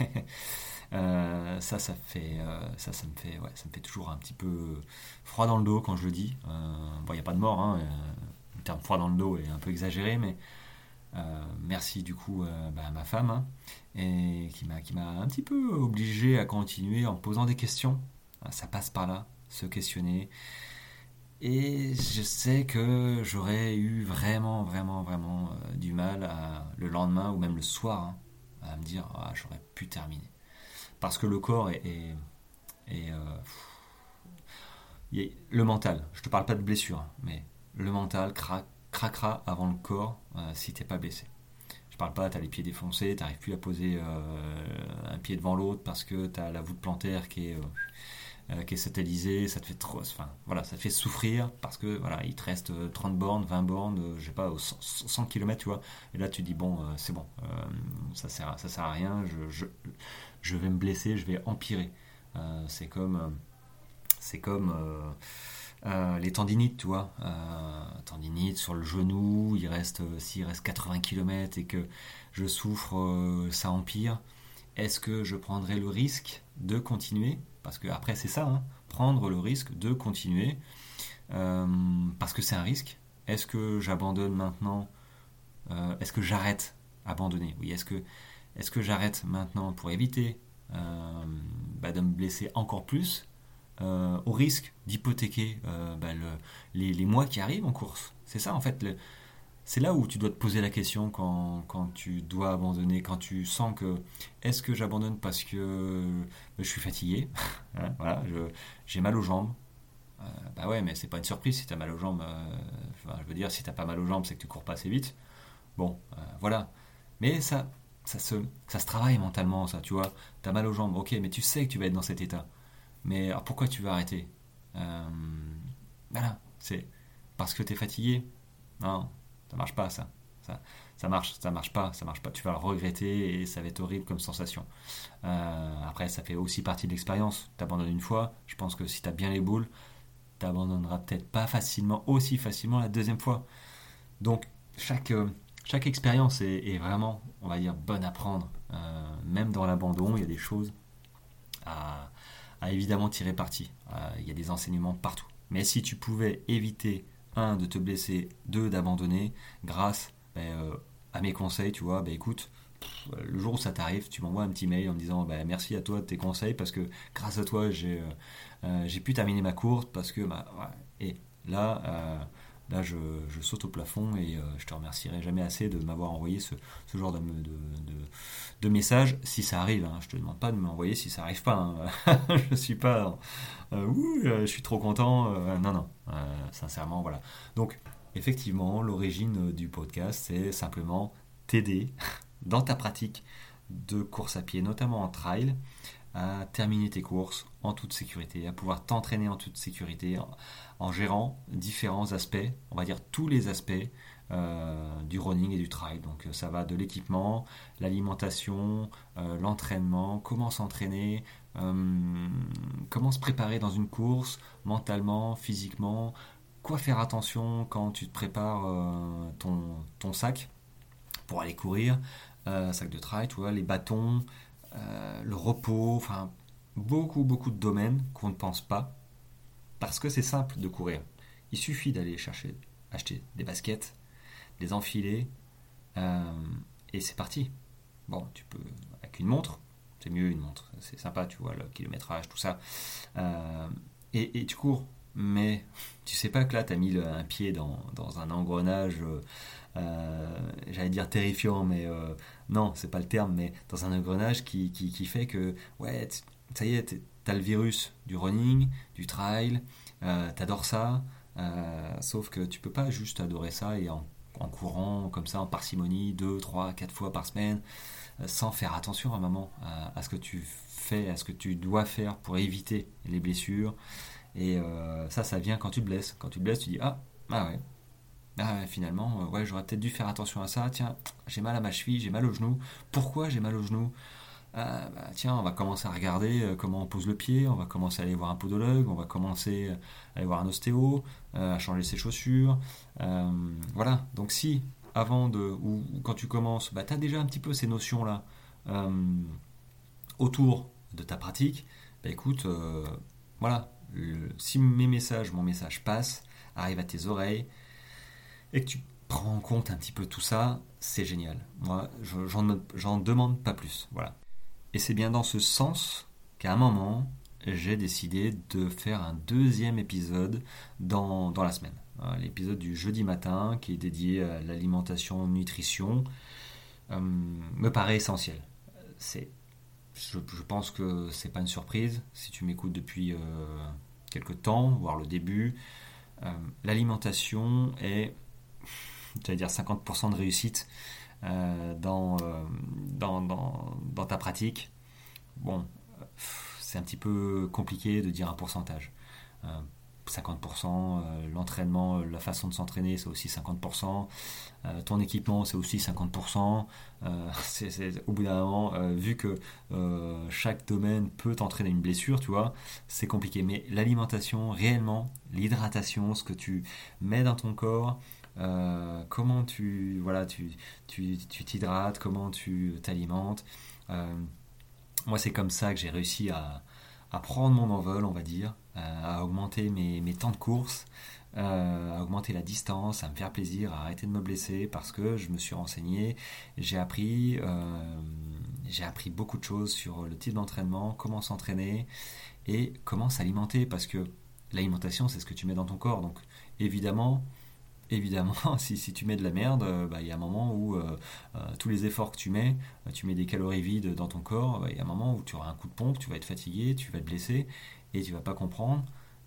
Euh, ça, ça fait, euh, ça, ça me fait, ouais, ça me fait toujours un petit peu froid dans le dos quand je le dis. Euh, bon, il n'y a pas de mort, hein, euh, le terme froid dans le dos est un peu exagéré, mais euh, merci du coup euh, bah, à ma femme, hein, et qui m'a, qui m'a un petit peu obligé à continuer en me posant des questions. Ça passe par là, se questionner. Et je sais que j'aurais eu vraiment, vraiment, vraiment euh, du mal à, le lendemain ou même le soir, hein, à me dire ah, j'aurais pu terminer. Parce que le corps est, est, est, euh, il est- le mental. Je te parle pas de blessure, hein, mais le mental cra- craquera avant le corps euh, si t'es pas blessé. Je parle pas, t'as les pieds défoncés, t'arrives plus à poser euh, un pied devant l'autre parce que t'as la voûte plantaire qui est euh, euh, qui est satellisée, ça te fait trop, enfin voilà, ça te fait souffrir parce que voilà, il te reste euh, trente bornes, vingt bornes, euh, je sais pas, cent, cent kilomètres, tu vois. Et là tu dis bon, euh, c'est bon, euh, ça sert, à- ça sert à rien, je, je, je vais me blesser, je vais empirer. Euh, c'est comme, euh, c'est comme euh, euh, les tendinites, tu vois. Euh, tendinite sur le genou, il reste, euh, s'il reste quatre-vingts kilomètres et que je souffre, euh, ça empire. Est-ce que je prendrai le risque de continuer? Parce que après c'est ça, hein, prendre le risque de continuer, euh, parce que c'est un risque. Est-ce que j'abandonne maintenant? Euh, Est-ce que j'arrête? Abandonner, oui. Est-ce que, est-ce que j'arrête maintenant pour éviter euh, bah, de me blesser encore plus, euh, au risque d'hypothéquer euh, bah, le- les, les mois qui arrivent en course? C'est ça en fait. Le- c'est là où tu dois te poser la question quand, quand tu dois abandonner, quand tu sens que est-ce que j'abandonne parce que je suis fatigué, hein, voilà, je- j'ai mal aux jambes. Euh, bah ouais, mais c'est pas une surprise si t'as mal aux jambes. Euh, enfin, je veux dire, si t'as pas mal aux jambes, c'est que tu cours pas assez vite. Bon, euh, voilà. Mais ça, ça se, ça se travaille mentalement, ça, tu vois. T'as mal aux jambes, ok, mais tu sais que tu vas être dans cet état. Mais alors pourquoi tu veux arrêter? Euh, Voilà, c'est parce que t'es fatigué. Non, ça marche pas, ça. Ça, ça marche, ça marche pas, ça marche pas. Tu vas le regretter et ça va être horrible comme sensation. Euh, après, ça fait aussi partie de l'expérience. T'abandonnes une fois, je pense que si t'as bien les boules, t'abandonneras peut-être pas facilement, aussi facilement la deuxième fois. Donc, chaque, euh, chaque expérience est, est vraiment, on va dire, bonne à prendre. Euh, même dans l'abandon, il y a des choses à, à évidemment tirer parti. Euh, il y a des enseignements partout. Mais si tu pouvais éviter, un, de te blesser, deux, d'abandonner, grâce ben, euh, à mes conseils, tu vois, ben écoute, pff, le jour où ça t'arrive, tu m'envoies un petit mail en me disant ben, merci à toi de tes conseils parce que grâce à toi, j'ai euh, euh, j'ai pu terminer ma course parce que, bah, ouais. Et là, euh, là je, je saute au plafond et euh, je te remercierai jamais assez de m'avoir envoyé ce, ce genre de, de, de, de message si ça arrive. Hein. Je te demande pas de m'envoyer si ça arrive pas. Hein. Je suis pas euh, ouh, euh, je suis trop content. Euh, non, non, euh, sincèrement, voilà. Donc, effectivement, l'origine du podcast, c'est simplement t'aider dans ta pratique de course à pied, notamment en trail, à terminer tes courses en toute sécurité, à pouvoir t'entraîner en toute sécurité, en, en gérant différents aspects, on va dire tous les aspects euh, du running et du trail. Donc euh, ça va de l'équipement, l'alimentation, euh, l'entraînement, comment s'entraîner, euh, comment se préparer dans une course, mentalement, physiquement, quoi faire attention quand tu te prépares euh, ton, ton sac pour aller courir, euh, sac de trail, tu vois, les bâtons, euh, le repos, enfin beaucoup beaucoup de domaines qu'on ne pense pas parce que c'est simple de courir. Il suffit d'aller chercher, acheter des baskets, les enfiler euh, et c'est parti. Bon, tu peux avec une montre, c'est mieux une montre, c'est sympa, tu vois le kilométrage, tout ça. Euh, et, et tu cours, mais tu sais pas que là tu as mis le- un pied dans, dans un engrenage. Euh, euh, j'allais dire terrifiant, mais euh, non, c'est pas le terme, mais dans un engrenage qui, qui, qui fait que, ouais, t- ça y est, t'as le virus du running, du trail, euh, t'adores ça, euh, sauf que tu peux pas juste adorer ça et en, en courant comme ça, en parcimonie, deux, trois, quatre fois par semaine, euh, sans faire attention à un moment à, à ce que tu fais, à ce que tu dois faire pour éviter les blessures. Et euh, ça, ça vient quand tu te blesses. Quand tu te blesses, tu dis, ah, ah ouais, Ah, finalement, euh, ouais, j'aurais peut-être dû faire attention à ça. Tiens, j'ai mal à ma cheville, j'ai mal au genou. Pourquoi j'ai mal au genou? Ah, bah, tiens, on va commencer à regarder euh, comment on pose le pied, on va commencer à aller voir un podologue, on va commencer à aller voir un ostéo, euh, à changer ses chaussures. Euh, voilà, donc si, avant de, ou, ou quand tu commences, bah, tu as déjà un petit peu ces notions-là euh, autour de ta pratique, bah, écoute, euh, voilà, le- si mes messages, mon message passe, arrive à tes oreilles, et que tu prends en compte un petit peu tout ça, c'est génial. Moi, je- j'en j'en demande pas plus. Voilà. Et c'est bien dans ce sens qu'à un moment, j'ai décidé de faire un deuxième épisode dans, dans la semaine. Euh, L'épisode du jeudi matin, qui est dédié à l'alimentation, nutrition, euh, me paraît essentiel. C'est, je, je pense que c'est pas une surprise si tu m'écoutes depuis euh, quelques temps, voire le début. Euh, L'alimentation est, j'allais dire, cinquante pour cent de réussite euh, dans, euh, dans, dans, dans ta pratique. Bon, c'est un petit peu compliqué de dire un pourcentage. Euh, cinquante pour cent, euh, l'entraînement, la façon de s'entraîner, c'est aussi cinquante pour cent. Euh, ton équipement, c'est aussi cinquante pour cent. Euh, c'est, c'est- au bout d'un moment, euh, vu que euh, chaque domaine peut t'entraîner une blessure, tu vois, c'est compliqué. Mais l'alimentation, réellement, l'hydratation, ce que tu mets dans ton corps, euh, comment tu, voilà, tu, tu, tu t'hydrates, comment tu t'alimentes. euh, Moi, c'est comme ça que j'ai réussi à, à prendre mon envol, on va dire, euh, à augmenter mes, mes temps de course, euh, à augmenter la distance, à me faire plaisir, à arrêter de me blesser parce que je me suis renseigné, j'ai appris, euh, j'ai appris beaucoup de choses sur le type d'entraînement, comment s'entraîner et comment s'alimenter parce que l'alimentation, c'est ce que tu mets dans ton corps. Donc, évidemment, évidemment, si, si tu mets de la merde, euh, bah, il y a un moment où euh, euh, tous les efforts que tu mets, euh, tu mets des calories vides dans ton corps, bah, il y a un moment où tu auras un coup de pompe, tu vas être fatigué, tu vas te blesser et tu vas pas comprendre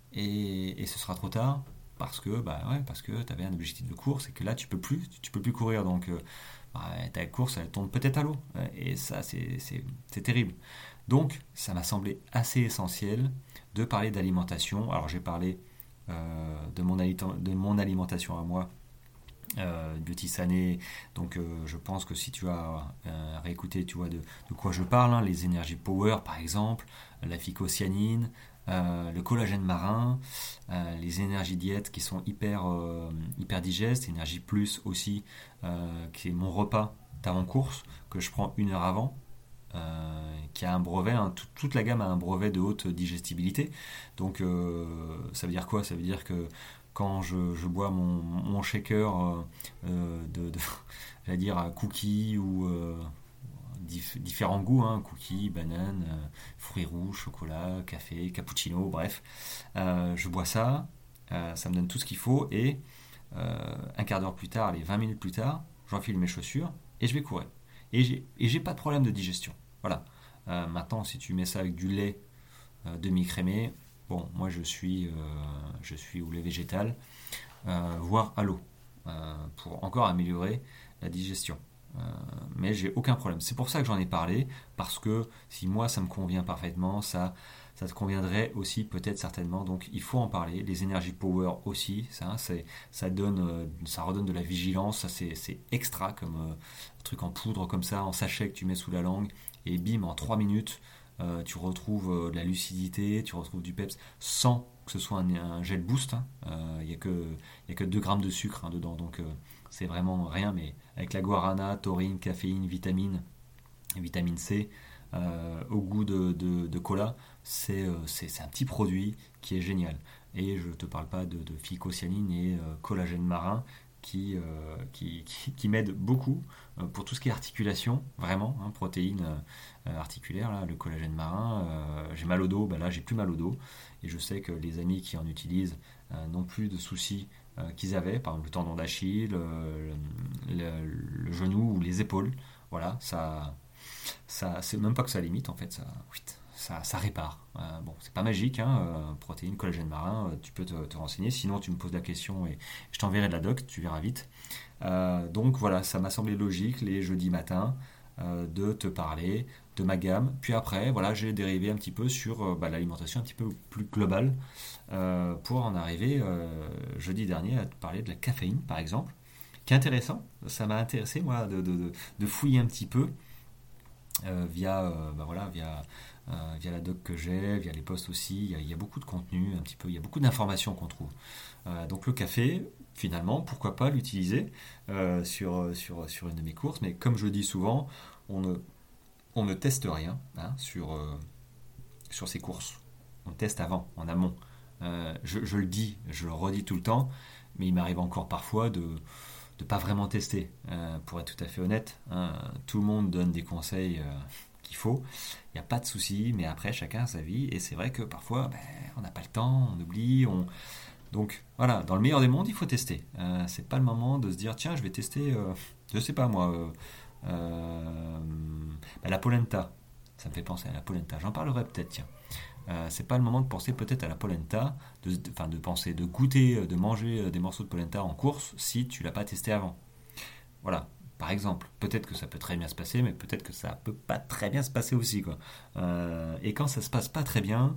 et, et ce sera trop tard parce que bah ouais, parce que tu avais un objectif de course et que là tu peux plus, tu peux plus courir donc euh, bah, ta course elle tombe peut-être à l'eau et ça c'est, c'est, c'est terrible. Donc ça m'a semblé assez essentiel de parler d'alimentation. Alors j'ai parlé euh, de, mon alita- de mon alimentation à moi, euh, Beauty Sané. Donc euh, je pense que si tu as euh, réécouté, tu vois de, de quoi je parle, hein, les énergies power par exemple, la phycocyanine, euh, le collagène marin, euh, les énergies diètes qui sont hyper, euh, hyper digestes, énergie plus aussi, euh, qui est mon repas d'avant-course, que je prends une heure avant. Euh, qui a un brevet, hein, tout- toute la gamme a un brevet de haute digestibilité. Donc euh, ça veut dire quoi? Ça veut dire que quand je, je bois mon, mon shaker euh, euh, de, de j'allais dire à cookies ou euh, dif- différents goûts, hein, cookies, bananes, euh, fruits rouges, chocolat, café, cappuccino, bref, euh, je bois ça, euh, ça me donne tout ce qu'il faut et euh, un quart d'heure plus tard, allez, vingt minutes plus tard, j'enfile mes chaussures et je vais courir. Et j'ai, et j'ai pas de problème de digestion. Voilà. Euh, maintenant, si tu mets ça avec du lait euh, demi-crémé, bon, moi je suis, euh, je suis au lait végétal, euh, voire à l'eau, euh, pour encore améliorer la digestion. Euh, mais j'ai aucun problème. C'est pour ça que j'en ai parlé, parce que si moi ça me convient parfaitement, ça, ça te conviendrait aussi peut-être certainement. Donc il faut en parler. Les énergies power aussi, ça, c'est, ça donne, euh, ça redonne de la vigilance. Ça c'est, c'est extra comme euh, un truc en poudre comme ça, en sachet que tu mets sous la langue, et bim en trois minutes, euh, tu retrouves euh, de la lucidité, tu retrouves du peps sans que ce soit un, un gel boost. Hein. Euh, Il n'y a que, il y a que deux grammes de sucre hein, dedans, donc euh, c'est vraiment rien. Mais avec la guarana, taurine, caféine, vitamine, vitamine C, euh, au goût de, de, de cola, c'est, euh, c'est, c'est un petit produit qui est génial. Et je ne te parle pas de, de phycocyanine et euh, collagène marin qui, euh, qui, qui, qui m'aident beaucoup euh, pour tout ce qui est articulation, vraiment, hein, protéines euh, articulaires, là, le collagène marin. Euh, j'ai mal au dos, bah là j'ai plus mal au dos. Et je sais que les amis qui en utilisent euh, n'ont plus de soucis euh, qu'ils avaient, par exemple le tendon d'Achille, euh, le, le, le genou ou les épaules. Voilà, ça, ça, c'est même pas que ça limite en fait, ça, ça, ça répare. Euh, bon, c'est pas magique, hein, euh, protéines, collagène marin, euh, tu peux te, te renseigner. Sinon, tu me poses la question et je t'enverrai de la doc, tu verras vite. Euh, donc voilà, ça m'a semblé logique les jeudis matins. euh, de te parler de ma gamme. Puis après, voilà, j'ai dérivé un petit peu sur euh, bah, l'alimentation un petit peu plus globale euh, pour en arriver euh, jeudi dernier à te parler de la caféine, par exemple, qui est intéressant. Ça m'a intéressé, moi, de, de, de- de fouiller un petit peu euh, via, euh, bah voilà, via, euh, via la doc que j'ai, via les posts aussi. Il y a, il y a beaucoup de contenu, un petit peu, il y a beaucoup d'informations qu'on trouve. Euh, donc le café, finalement, pourquoi pas l'utiliser euh, sur, sur, sur une de mes courses. Mais comme je dis souvent, on ne, on ne teste rien hein, sur, euh, sur ces courses. On teste avant, en amont. Euh, je, je le dis, je le redis tout le temps, mais il m'arrive encore parfois de ne pas vraiment tester. Euh, pour être tout à fait honnête, hein, tout le monde donne des conseils euh, qu'il faut. Il n'y a pas de souci, mais après, chacun a sa vie. Et c'est vrai que parfois, ben, on n'a pas le temps, on oublie. On... Donc voilà, dans le meilleur des mondes, il faut tester. Euh, c'est pas le moment de se dire, tiens, je vais tester, euh, je sais pas moi, euh, euh, ben, la polenta. Ça me fait penser à la polenta. J'en parlerai peut-être, tiens. Euh, c'est pas le moment de penser peut-être à la polenta, de, de, enfin de penser, de goûter, de manger des morceaux de polenta en course si tu l'as pas testé avant. Voilà, par exemple. Peut-être que ça peut très bien se passer, mais peut-être que ça peut pas très bien se passer aussi, quoi. Euh, et quand ça se passe pas très bien,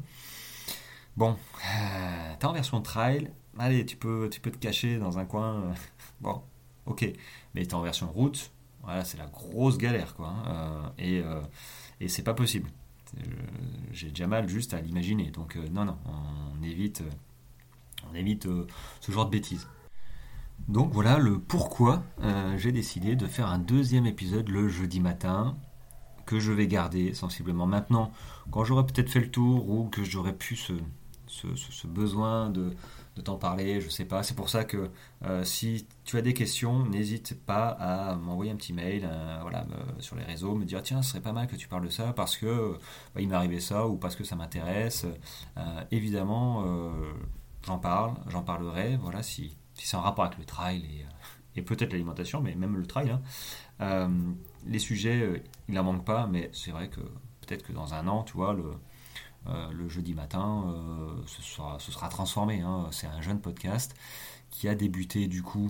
bon, euh, t'es en version trail, allez, tu peux, tu peux te cacher dans un coin, euh, bon, ok. Mais t'es en version route, voilà, c'est la grosse galère, quoi. Hein. Euh, et, euh, et c'est pas possible. Euh, J'ai déjà mal juste à l'imaginer. Donc euh, non, non, on évite, euh, on évite euh, ce genre de bêtises. Donc voilà le pourquoi euh, j'ai décidé de faire un deuxième épisode le jeudi matin que je vais garder sensiblement maintenant quand j'aurai peut-être fait le tour ou que j'aurai pu ce, ce, ce- ce besoin de, de t'en parler, je sais pas. C'est pour ça que euh, si tu as des questions, n'hésite pas à m'envoyer un petit mail euh, voilà, me- sur les réseaux, me dire tiens, ce serait pas mal que tu parles de ça parce que euh, bah, il m'est arrivé ça ou parce que ça m'intéresse. Euh, évidemment, euh, j'en parle, j'en parlerai, voilà, si, si c'est en rapport avec le trail et, euh, et peut-être l'alimentation, mais même le trail. Hein. Euh, les sujets, euh, il n'en manque pas, mais c'est vrai que peut-être que dans un an, tu vois, le, euh, le jeudi matin, euh, ce sera, ce sera transformé. Hein. C'est un jeune podcast qui a débuté du coup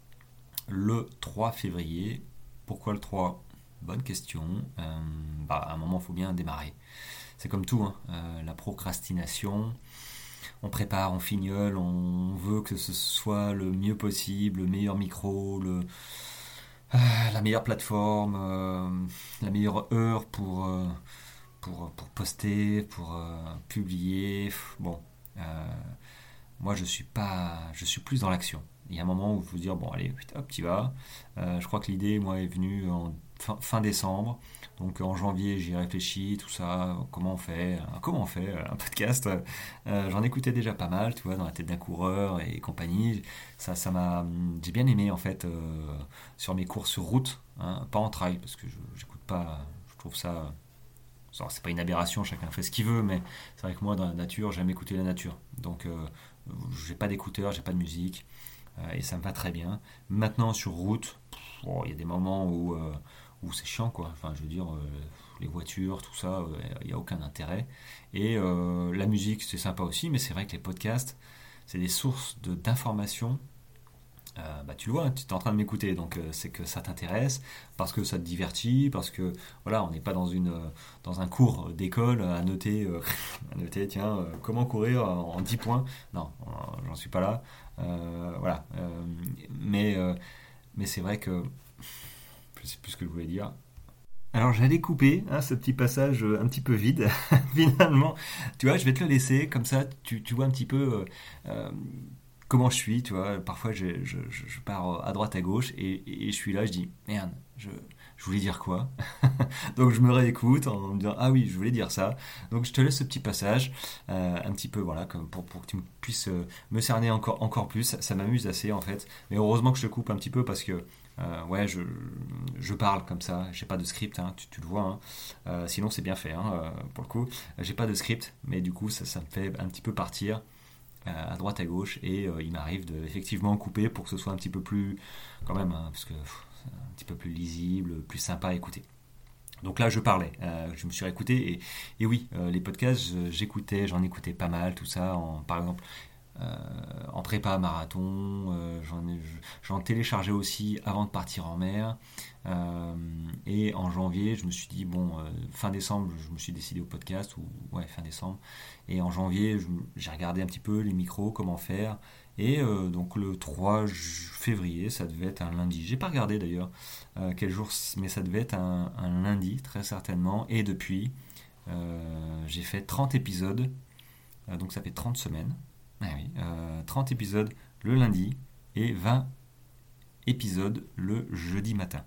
le trois février. Pourquoi le trois? Bonne question. Euh, bah, à un moment, il faut bien démarrer. C'est comme tout, hein. Euh, la procrastination. On prépare, on fignole, on veut que ce soit le mieux possible, le meilleur micro, le, ah, la meilleure plateforme, euh, la meilleure heure pour, euh, pour, pour poster, pour euh, publier. Bon, euh, moi je suis pas, je suis plus dans l'action. Il y a un moment où il faut se dire bon allez, hop, t'y vas. Euh, je crois que l'idée moi est venue en fin, fin décembre. Donc en janvier j'y réfléchis, tout ça, comment on fait, hein, comment on fait euh, un podcast. Euh, j'en écoutais déjà pas mal, tu vois, dans la tête d'un coureur et compagnie. Ça, ça m'a, j'ai bien aimé en fait euh, sur mes courses sur route, hein, pas en trail parce que je j'écoute pas, je trouve ça alors, c'est pas une aberration, chacun fait ce qu'il veut, mais c'est vrai que moi, dans la nature, j'aime écouter la nature. Donc, euh, j'ai pas d'écouteurs, j'ai pas de musique, euh, et ça me va très bien. Maintenant, sur route, pff, oh, il y a des moments où, euh, où c'est chiant, quoi. Enfin, je veux dire, euh, les voitures, tout ça, euh, il n'y a aucun intérêt. Et euh, la musique, c'est sympa aussi, mais c'est vrai que les podcasts, c'est des sources de, d'informations euh, bah, tu le vois, tu es en train de m'écouter, donc euh, c'est que ça t'intéresse, parce que ça te divertit, parce que voilà, on n'est pas dans, une, euh, dans un cours d'école à noter, euh, à noter tiens, euh, comment courir en, en dix points. Non, euh, j'en suis pas là. Euh, voilà. Euh, mais euh, mais c'est vrai que je sais plus ce que je voulais dire. Alors j'allais couper hein, ce petit passage euh, un petit peu vide, finalement. Tu vois, je vais te le laisser, comme ça tu, tu vois un petit peu euh, euh, comment je suis, tu vois. Parfois je, je, je- je pars à droite, à gauche, et, et je suis là, je dis, merde, je, je voulais dire quoi? Donc je me réécoute en me disant, ah oui, je voulais dire ça. Donc je te laisse ce petit passage, euh, un petit peu, voilà, comme pour, pour que tu puisses euh, me cerner encore, encore plus. Ça, ça m'amuse assez en fait. Mais heureusement que je te coupe un petit peu parce que euh, ouais, je, je parle comme ça, j'ai pas de script, hein, tu, tu le vois, hein. Euh, sinon c'est bien fait, hein, euh, pour le coup. J'ai pas de script, mais du coup ça, ça me fait un petit peu partir euh, à droite à gauche et euh, il m'arrive de effectivement couper pour que ce soit un petit peu plus, quand même, hein, parce que pff, c'est un petit peu plus lisible, plus sympa à écouter. Donc là, je parlais, euh, je me suis réécouté et, et oui, euh, les podcasts, j'écoutais, j'en écoutais pas mal, tout ça. En, par exemple, euh, en prépa marathon, euh, j'en ai, j'en téléchargeais aussi avant de partir en mer. Euh, et en janvier, je me suis dit, bon, euh, fin décembre, je me suis décidé au podcast, ou ouais, fin décembre. Et en janvier, je- j'ai regardé un petit peu les micros, comment faire. Et euh, donc le trois février, ça devait être un lundi. J'ai pas regardé d'ailleurs euh, quel jour, mais ça devait être un, un lundi, très certainement. Et depuis, euh, j'ai fait trente épisodes, euh, donc ça fait trente semaines. Ah oui, euh, trente épisodes le lundi et vingt épisodes le jeudi matin.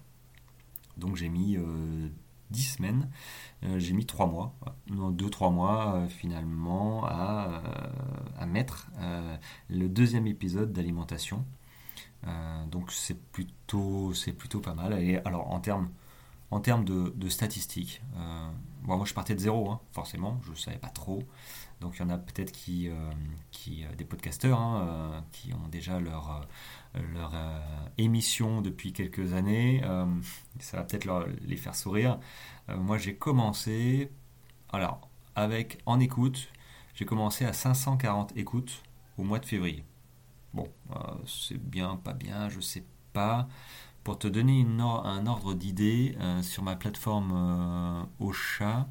Donc j'ai mis euh, dix semaines, euh, j'ai mis trois mois, non deux trois mois euh, finalement à, euh, à mettre euh, le deuxième épisode d'alimentation. Euh, donc c'est plutôt, c'est plutôt pas mal. Et alors en termes en termes de, de statistiques, euh, bon, moi je partais de zéro, hein, forcément, je ne savais pas trop. Donc il y en a peut-être qui, euh, qui euh, des podcasteurs hein, euh, qui ont déjà leur, euh, leur euh, émission depuis quelques années. Euh, ça va peut-être leur- les faire sourire. Euh, moi j'ai commencé, alors avec en écoute, j'ai commencé à cinq cent quarante écoutes au mois de février. Bon, euh, c'est bien, pas bien, je sais pas. Pour te donner une or- un ordre d'idée, euh, sur ma plateforme euh, Ocha,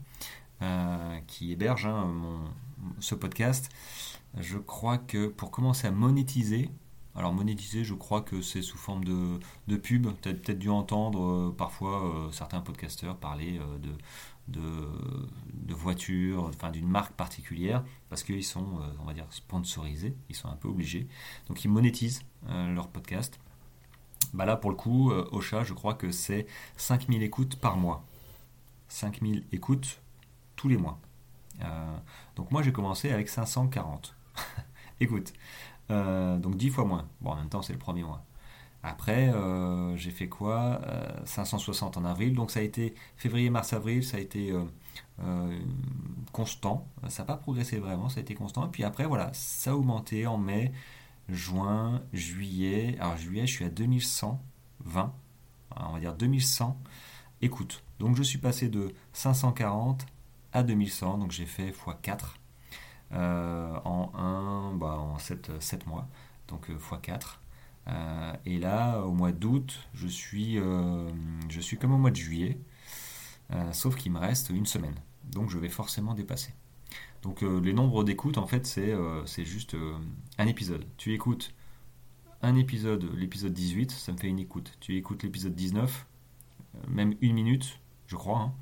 euh, qui héberge hein, mon- ce podcast, je crois que pour commencer à monétiser, alors monétiser, je crois que c'est sous forme de, de pub. Tu as peut-être dû entendre euh, parfois euh, certains podcasteurs parler euh, de, de, de voitures, enfin d'une marque particulière, parce qu'ils sont, euh, on va dire, sponsorisés, ils sont un peu obligés. Donc ils monétisent euh, leur podcast. Bah là, pour le coup, euh, Ocha, je crois que c'est cinq mille écoutes par mois. cinq mille écoutes tous les mois. Euh, donc moi, j'ai commencé avec cinq cent quarante. Écoute, euh, donc dix fois moins. Bon, en même temps, c'est le premier mois. Après, euh, j'ai fait quoi euh, cinq cent soixante en avril. Donc ça a été février, mars, avril, ça a été euh, euh, constant. Ça n'a pas progressé vraiment, ça a été constant. Et puis après, voilà, ça a augmenté en mai, juin, juillet. Alors juillet, je suis à deux mille cent vingt, on va dire deux mille cent écoutes. Donc je suis passé de cinq cent quarante à deux mille cent, donc j'ai fait fois quatre euh, en un, bah, en sept, sept mois, donc euh, fois quatre. Euh, et là, au mois d'août, je suis, euh, je suis comme au mois de juillet, euh, sauf qu'il me reste une semaine. Donc je vais forcément dépasser. Donc euh, les nombres d'écoutes, en fait, c'est euh, c'est juste euh, un épisode. Tu écoutes un épisode, l'épisode dix-huit, ça me fait une écoute. Tu écoutes l'épisode dix-neuf, euh, même une minute, je crois, hein,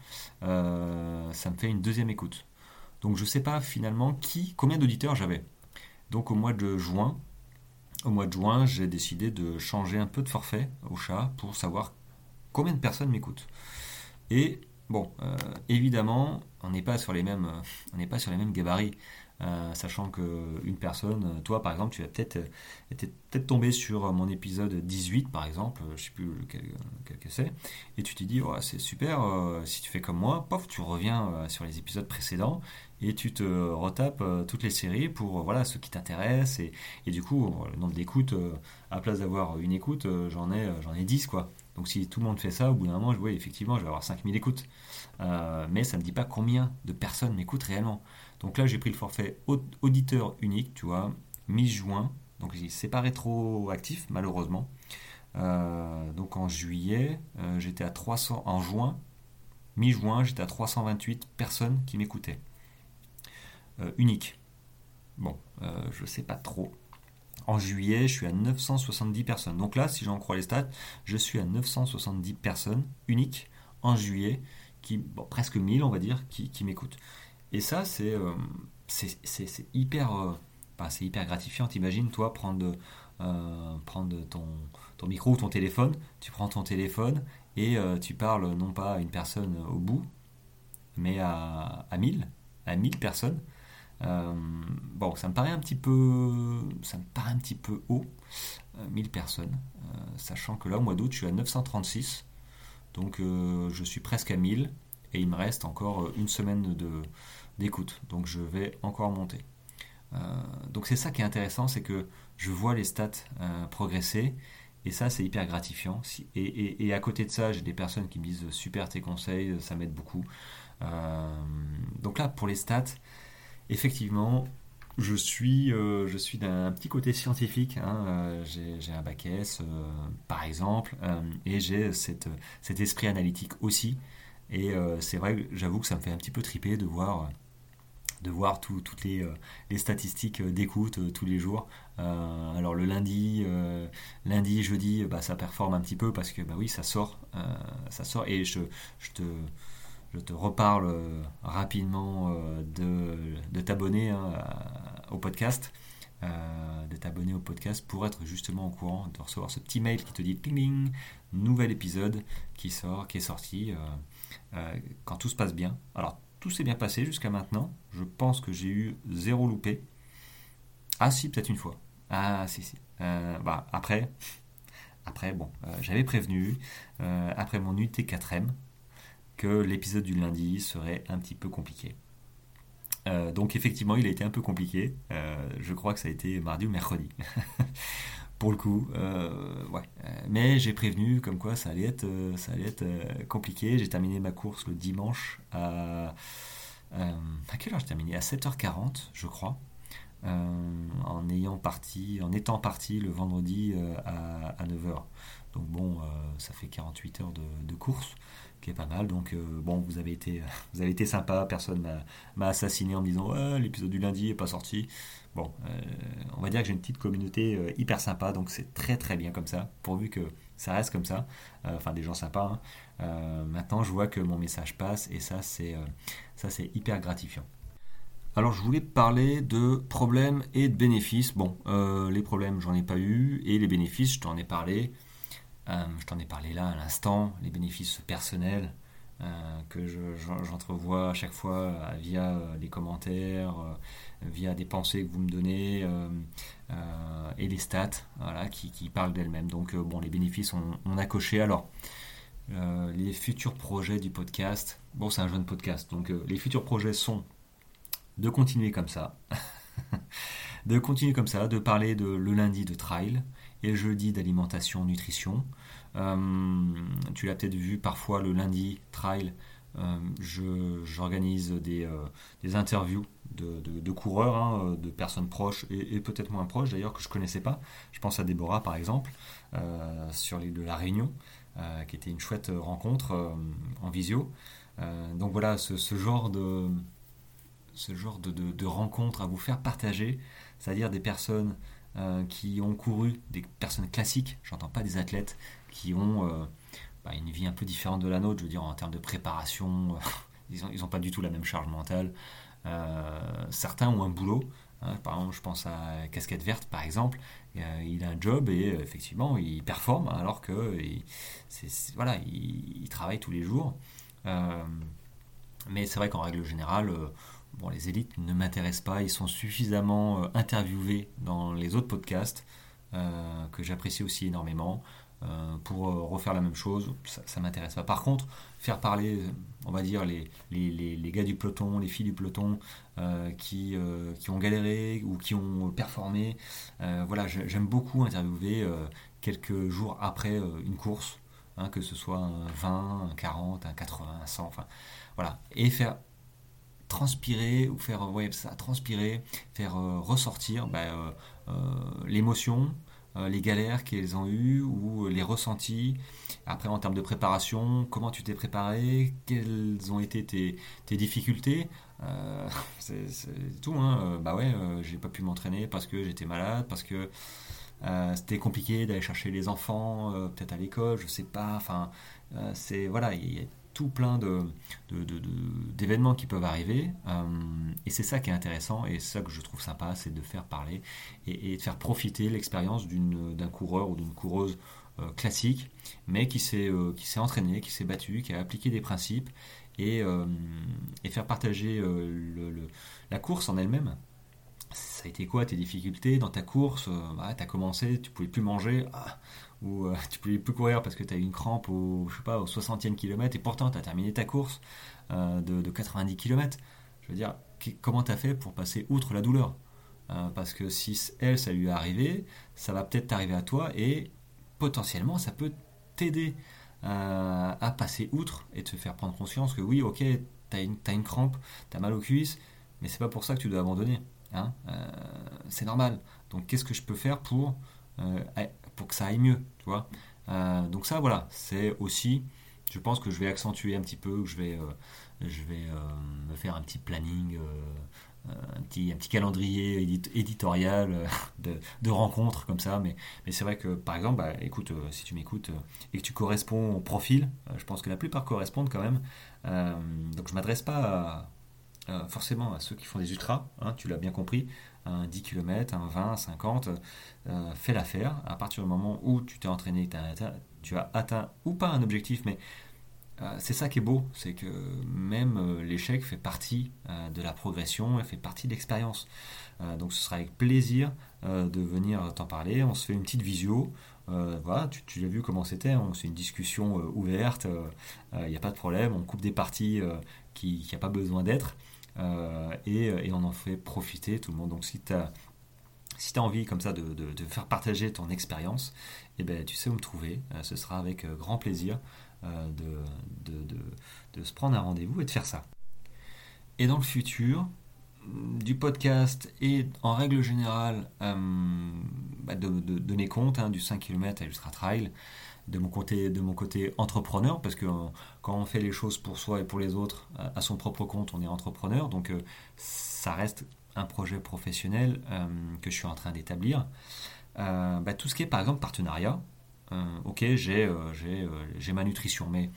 euh, ça me fait une deuxième écoute. Donc je sais pas finalement qui, combien d'auditeurs j'avais. Donc au mois de juin, au mois de juin, j'ai décidé de changer un peu de forfait au chat pour savoir combien de personnes m'écoutent. Et bon, euh, évidemment, on n'est pas sur les mêmes, euh, on n'est pas sur les mêmes gabarits. Euh, sachant que une personne, toi par exemple, tu vas peut-être euh, peut-être tombé sur mon épisode dix-huit par exemple, je sais plus lequel, lequel que c'est, et tu t'es dit oh, c'est super, euh, si tu fais comme moi, pof, tu reviens euh, sur les épisodes précédents et tu te retapes euh, toutes les séries pour euh, voilà ceux qui t'intéressent et, et du coup euh, le nombre d'écoutes, euh, à la place d'avoir une écoute, euh, j'en ai euh, j'en ai dix quoi. Donc si tout le monde fait ça, au bout d'un moment, je vois effectivement, je vais avoir cinq mille écoutes. Euh, mais ça ne me dit pas combien de personnes m'écoutent réellement. Donc là, j'ai pris le forfait auditeur unique, tu vois, mi-juin. Donc c'est pas rétroactif, malheureusement. Euh, donc en juillet, euh, j'étais à trois cents. En juin, mi-juin, j'étais à trois cent vingt-huit personnes qui m'écoutaient. Euh, unique. Bon, euh, je sais pas trop. En juillet, je suis à neuf cent soixante-dix personnes. Donc là, si j'en crois les stats, je suis à neuf cent soixante-dix personnes uniques en juillet, qui, bon, presque mille on va dire, qui, qui m'écoutent. Et ça, c'est euh, c'est, c'est, c'est hyper, euh, bah, c'est hyper gratifiant. T'imagines, toi, prendre, euh, prendre ton, ton micro ou ton téléphone, tu prends ton téléphone et euh, tu parles non pas à une personne au bout, mais à, à mille, à mille personnes. Euh, bon, ça me paraît un petit peu, ça me paraît un petit peu haut, euh, mille personnes, euh, sachant que là, au mois d'août, je suis à neuf cent trente-six, donc euh, je suis presque à mille, et il me reste encore une semaine de, d'écoute, donc je vais encore monter. Euh, donc c'est ça qui est intéressant, c'est que je vois les stats euh, progresser, et ça c'est hyper gratifiant. Si, et, et, et à côté de ça, j'ai des personnes qui me disent super tes conseils, ça m'aide beaucoup. Euh, donc là, pour les stats, effectivement, Je suis, euh, je suis d'un petit côté scientifique, hein, euh, j'ai, j'ai un bac S euh, par exemple, euh, et j'ai cette, cet esprit analytique aussi. Et euh, c'est vrai que j'avoue que ça me fait un petit peu triper de voir, de voir tout- toutes les, euh, les statistiques d'écoute euh, tous les jours. Euh, alors le lundi, euh, lundi, jeudi, bah, ça performe un petit peu parce que bah oui, ça sort, euh, ça sort. Et je, je te, je te reparle euh, rapidement euh, de, de t'abonner hein, à- au podcast, euh, de t'abonner au podcast pour être justement au courant, de recevoir ce petit mail qui te dit ping ping, nouvel épisode qui sort, qui est sorti euh, euh, quand tout se passe bien. Alors tout s'est bien passé jusqu'à maintenant. Je pense que j'ai eu zéro loupé. Ah si, peut-être une fois. Ah si si. Euh, bah après, après bon, euh, j'avais prévenu euh, après mon U T quatre M que l'épisode du lundi serait un petit peu compliqué. Euh, donc effectivement, il a été un peu compliqué. Euh, je crois que ça a été mardi ou mercredi. Pour le coup, euh, ouais. Euh, Mais j'ai prévenu comme quoi ça allait être, euh, ça allait être euh, compliqué. J'ai terminé ma course le dimanche à... euh, à quelle heure j'ai terminé? À sept heures quarante, je crois. Euh, en ayant parti, en étant parti le vendredi euh, à, à neuf heures. Donc bon, euh, ça fait quarante-huit heures de, de course, qui est pas mal. Donc euh, bon, vous avez été, vous avez été sympa, personne m'a, m'a assassiné en me disant ouais, l'épisode du lundi est pas sorti. Bon, euh, on va dire que j'ai une petite communauté euh, hyper sympa, donc c'est très très bien comme ça, pourvu que ça reste comme ça. Euh, Enfin, des gens sympas. Hein. Euh, maintenant, je vois que mon message passe et ça, c'est euh, ça, c'est hyper gratifiant. Alors je voulais parler de problèmes et de bénéfices. Bon, euh, les problèmes j'en ai pas eu et les bénéfices je t'en ai parlé. Euh, je t'en ai parlé là à l'instant. Les bénéfices personnels euh, que je- j'en- j'entrevois à chaque fois euh, via euh, des commentaires, euh, via des pensées que vous me donnez euh, euh, et les stats, voilà, qui, qui parlent d'elles-mêmes. Donc euh, bon, les bénéfices on, on a coché. Alors euh, les futurs projets du podcast. Bon, c'est un jeune podcast, donc euh, les futurs projets sont de continuer comme ça, de continuer comme ça, de parler de, le lundi de trail et le jeudi d'alimentation, nutrition. Euh, tu l'as peut-être vu parfois le lundi trail, euh, je, j'organise des, euh, des interviews de, de, de coureurs, hein, de personnes proches et, et peut-être moins proches d'ailleurs que je connaissais pas. Je pense à Déborah par exemple, euh, sur l'île de la Réunion, euh, qui était une chouette rencontre euh, en visio. Euh, donc voilà, ce, ce genre de, ce genre de, de, de rencontres à vous faire partager, c'est-à-dire des personnes euh, qui ont couru, des personnes classiques, j'entends pas des athlètes, qui ont euh, bah, une vie un peu différente de la nôtre, je veux dire en termes de préparation, ils n'ont ils ont pas du tout la même charge mentale. Euh, certains ont un boulot, hein, par exemple je pense à Casquette Verte par exemple, euh, il a un job et euh, effectivement il performe alors que il, c'est, c'est- voilà, il, il travaille tous les jours. Euh, mais c'est vrai qu'en règle générale, euh, bon, les élites ne m'intéressent pas. Ils sont suffisamment euh, interviewés dans les autres podcasts euh, que j'apprécie aussi énormément. Euh, pour euh, refaire la même chose, ça, ça m'intéresse pas. Par contre, faire parler, on va dire, les, les, les, les gars du peloton, les filles du peloton euh, qui, euh, qui ont galéré ou qui ont performé, euh, voilà, j'aime beaucoup interviewer euh, quelques jours après euh, une course, hein, que ce soit un vingt, un quarante, un quatre-vingts, un cent, enfin voilà, et faire transpirer ou faire ouais, ça, transpirer, faire euh, ressortir bah, euh, euh, l'émotion, euh, les galères qu'elles ont eues ou les ressentis. Après, en termes de préparation, comment tu t'es préparé, quelles ont été tes, tes difficultés. Euh, c'est, c'est tout, hein. Euh, bah ouais, euh, j'ai pas pu m'entraîner parce que j'étais malade, parce que euh, c'était compliqué d'aller chercher les enfants, euh, peut-être à l'école, je sais pas. Enfin, euh, c'est voilà, il y a tout plein de, de- de- de- d'événements qui peuvent arriver. Euh, et c'est ça qui est intéressant et c'est ça que je trouve sympa, c'est de faire parler et, et de faire profiter l'expérience d'une, d'un coureur ou d'une coureuse euh, classique, mais qui s'est, euh, qui s'est entraîné, qui s'est battu, qui a appliqué des principes et, euh, et faire partager euh, le- le- la course en elle-même. Ça a été quoi tes difficultés dans ta course? euh, bah, T'as commencé, tu pouvais plus manger, ah, ou euh, tu pouvais plus courir parce que t'as eu une crampe au, je sais pas, au soixantième kilomètre et pourtant t'as terminé ta course euh, de, de quatre-vingt-dix kilomètres. Je veux dire, qui- comment t'as fait pour passer outre la douleur? Euh, Parce que si elle, ça lui est arrivé, ça va peut-être t'arriver à toi et potentiellement ça peut t'aider euh, à passer outre et te faire prendre conscience que oui, ok, t'as une, t'as une crampe, t'as mal aux cuisses, mais c'est pas pour ça que tu dois abandonner. Hein, euh, c'est normal. Donc qu'est-ce que je peux faire pour, euh, pour que ça aille mieux, tu vois. Euh, donc ça, voilà, c'est aussi, je pense que je vais accentuer un petit peu, que je vais, euh, je vais euh, me faire un petit planning, euh, un, petit, un petit calendrier édit- éditorial euh, de, de rencontres comme ça. Mais, mais c'est vrai que, par exemple, bah, écoute, euh, si tu m'écoutes euh, et que tu corresponds au profil, euh, je pense que la plupart correspondent quand même. Euh, donc je m'adresse pas à euh, forcément à ceux qui font des ultras, hein, tu l'as bien compris, un dix kilomètres, un vingt, cinquante, euh, fais l'affaire. À partir du moment où tu t'es entraîné, t'as atteint- tu as atteint ou pas un objectif, mais euh, c'est ça qui est beau, c'est que même euh, l'échec fait partie euh, de la progression et fait partie de l'expérience. Euh, donc ce sera avec plaisir euh, de venir t'en parler. On se fait une petite visio. Euh, voilà, tu, tu as vu comment c'était, hein, c'est une discussion euh, ouverte, il n'y a pas de problème, on coupe des parties euh, qui n'ont pas besoin d'être. Euh, et, et on en fait profiter tout le monde. Donc si tu as si tu as envie comme ça de, de, de faire partager ton expérience, eh ben, tu sais où me trouver. Euh, ce sera avec euh, grand plaisir euh, de, de, de, de se prendre un rendez-vous et de faire ça. Et dans le futur, du podcast et en règle générale euh, bah, de, de, de mes comptes, hein, du cinq kilomètres à Ultra Trail, de mon côté, de mon côté entrepreneur, parce que euh, quand on fait les choses pour soi et pour les autres, à, à son propre compte, on est entrepreneur, donc euh, ça reste un projet professionnel euh, que je suis en train d'établir. Euh, bah, tout ce qui est par exemple partenariat, euh, ok, j'ai euh, j'ai euh, j'ai ma nutrition, mais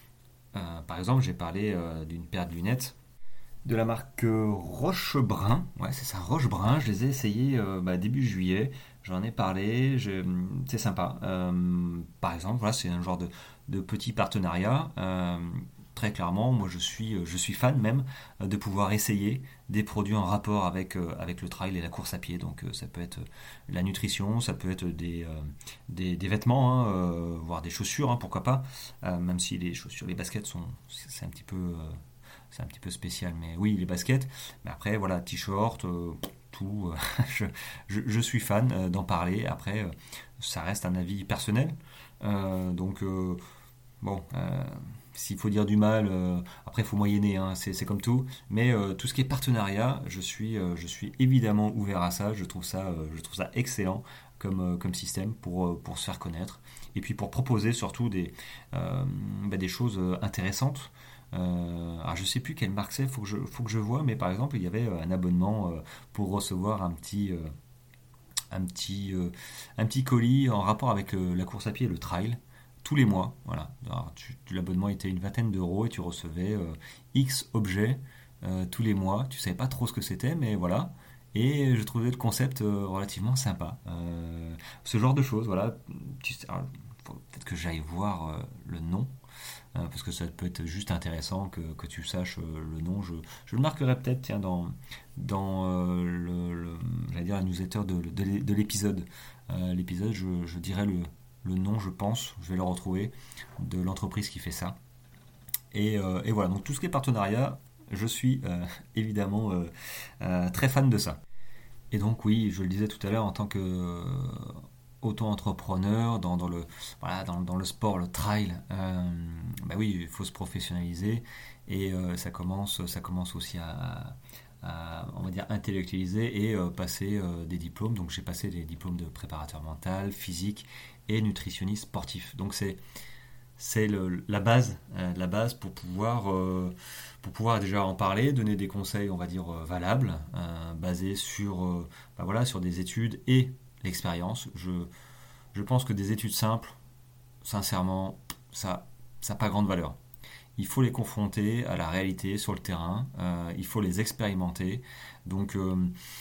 euh, par exemple j'ai parlé euh, d'une paire de lunettes de la marque euh, Rochebrun. Ouais, c'est ça, Rochebrun. Je les ai essayés euh, bah, début juillet. J'en ai parlé. je- C'est sympa. Euh, par exemple, voilà, c'est un genre de, de petit partenariat. Euh, très clairement, moi je suis, euh, je suis fan même euh, de pouvoir essayer des produits en rapport avec, euh, avec le trail et la course à pied. Donc euh, ça peut être euh, la nutrition, ça peut être des, euh, des, des vêtements, hein, euh, voire des chaussures, hein, pourquoi pas. Euh, même si les chaussures, les baskets sont, c'est un petit peu euh, c'est un petit peu spécial, mais oui, les baskets. Mais après, voilà, t-shirt, euh, tout. euh, je, je- je suis fan euh, d'en parler. Après, euh, ça reste un avis personnel. Euh, donc, euh, bon, euh, s'il faut dire du mal, euh, après, il faut moyenner, hein, c'est c'est comme tout. Mais euh, tout ce qui est partenariat, je suis, euh, je suis évidemment ouvert à ça. Je trouve ça, euh, je trouve ça excellent comme, euh, comme système pour, euh, pour se faire connaître. Et puis pour proposer surtout des, euh, bah, des choses euh, intéressantes. Euh, alors je sais plus quelle marque c'est, faut que je, faut que je vois, mais par exemple il y avait euh, un abonnement euh, pour recevoir un petit, euh, un petit, euh, un petit colis en rapport avec le- la course à pied et le trail tous les mois. Voilà. Alors, tu- l'abonnement était une vingtaine d'euros et tu recevais euh, X objets euh, tous les mois. Tu savais pas trop ce que c'était, mais voilà. Et je trouvais le concept euh, relativement sympa. Euh, ce genre de choses, voilà. Tu sais- alors, faut peut-être que j'aille voir euh, le nom euh, parce que ça peut être juste intéressant que, que tu saches euh, le nom. Je, je le marquerai peut-être tiens, dans, dans euh, le, le- j'allais dire la newsletter de, de, de l'épisode. Euh, l'épisode, je, je dirai le, le nom, je pense, je vais le retrouver, de l'entreprise qui fait ça. Et, euh, et voilà, donc tout ce qui est partenariat, je suis euh, évidemment euh, euh, très fan de ça. Et donc oui, je le disais tout à l'heure, en tant que euh, auto-entrepreneur dans, dans le voilà dans, dans le sport, le trail, euh, bah oui, il faut se professionnaliser et euh, ça commence ça commence aussi à, à, on va dire intellectualiser et euh, passer euh, des diplômes. Donc j'ai passé des diplômes de préparateur mental, physique et nutritionniste sportif. Donc c'est c'est le- la base, euh, la base pour pouvoir, euh, pour pouvoir déjà en parler, donner des conseils, on va dire, euh, valables, euh, basés sur, euh, bah voilà, sur des études et l'expérience. Je, je pense que des études simples, sincèrement, ça ça n'a pas grande valeur. Il faut les confronter à la réalité sur le terrain, euh, il faut les expérimenter. Donc, euh,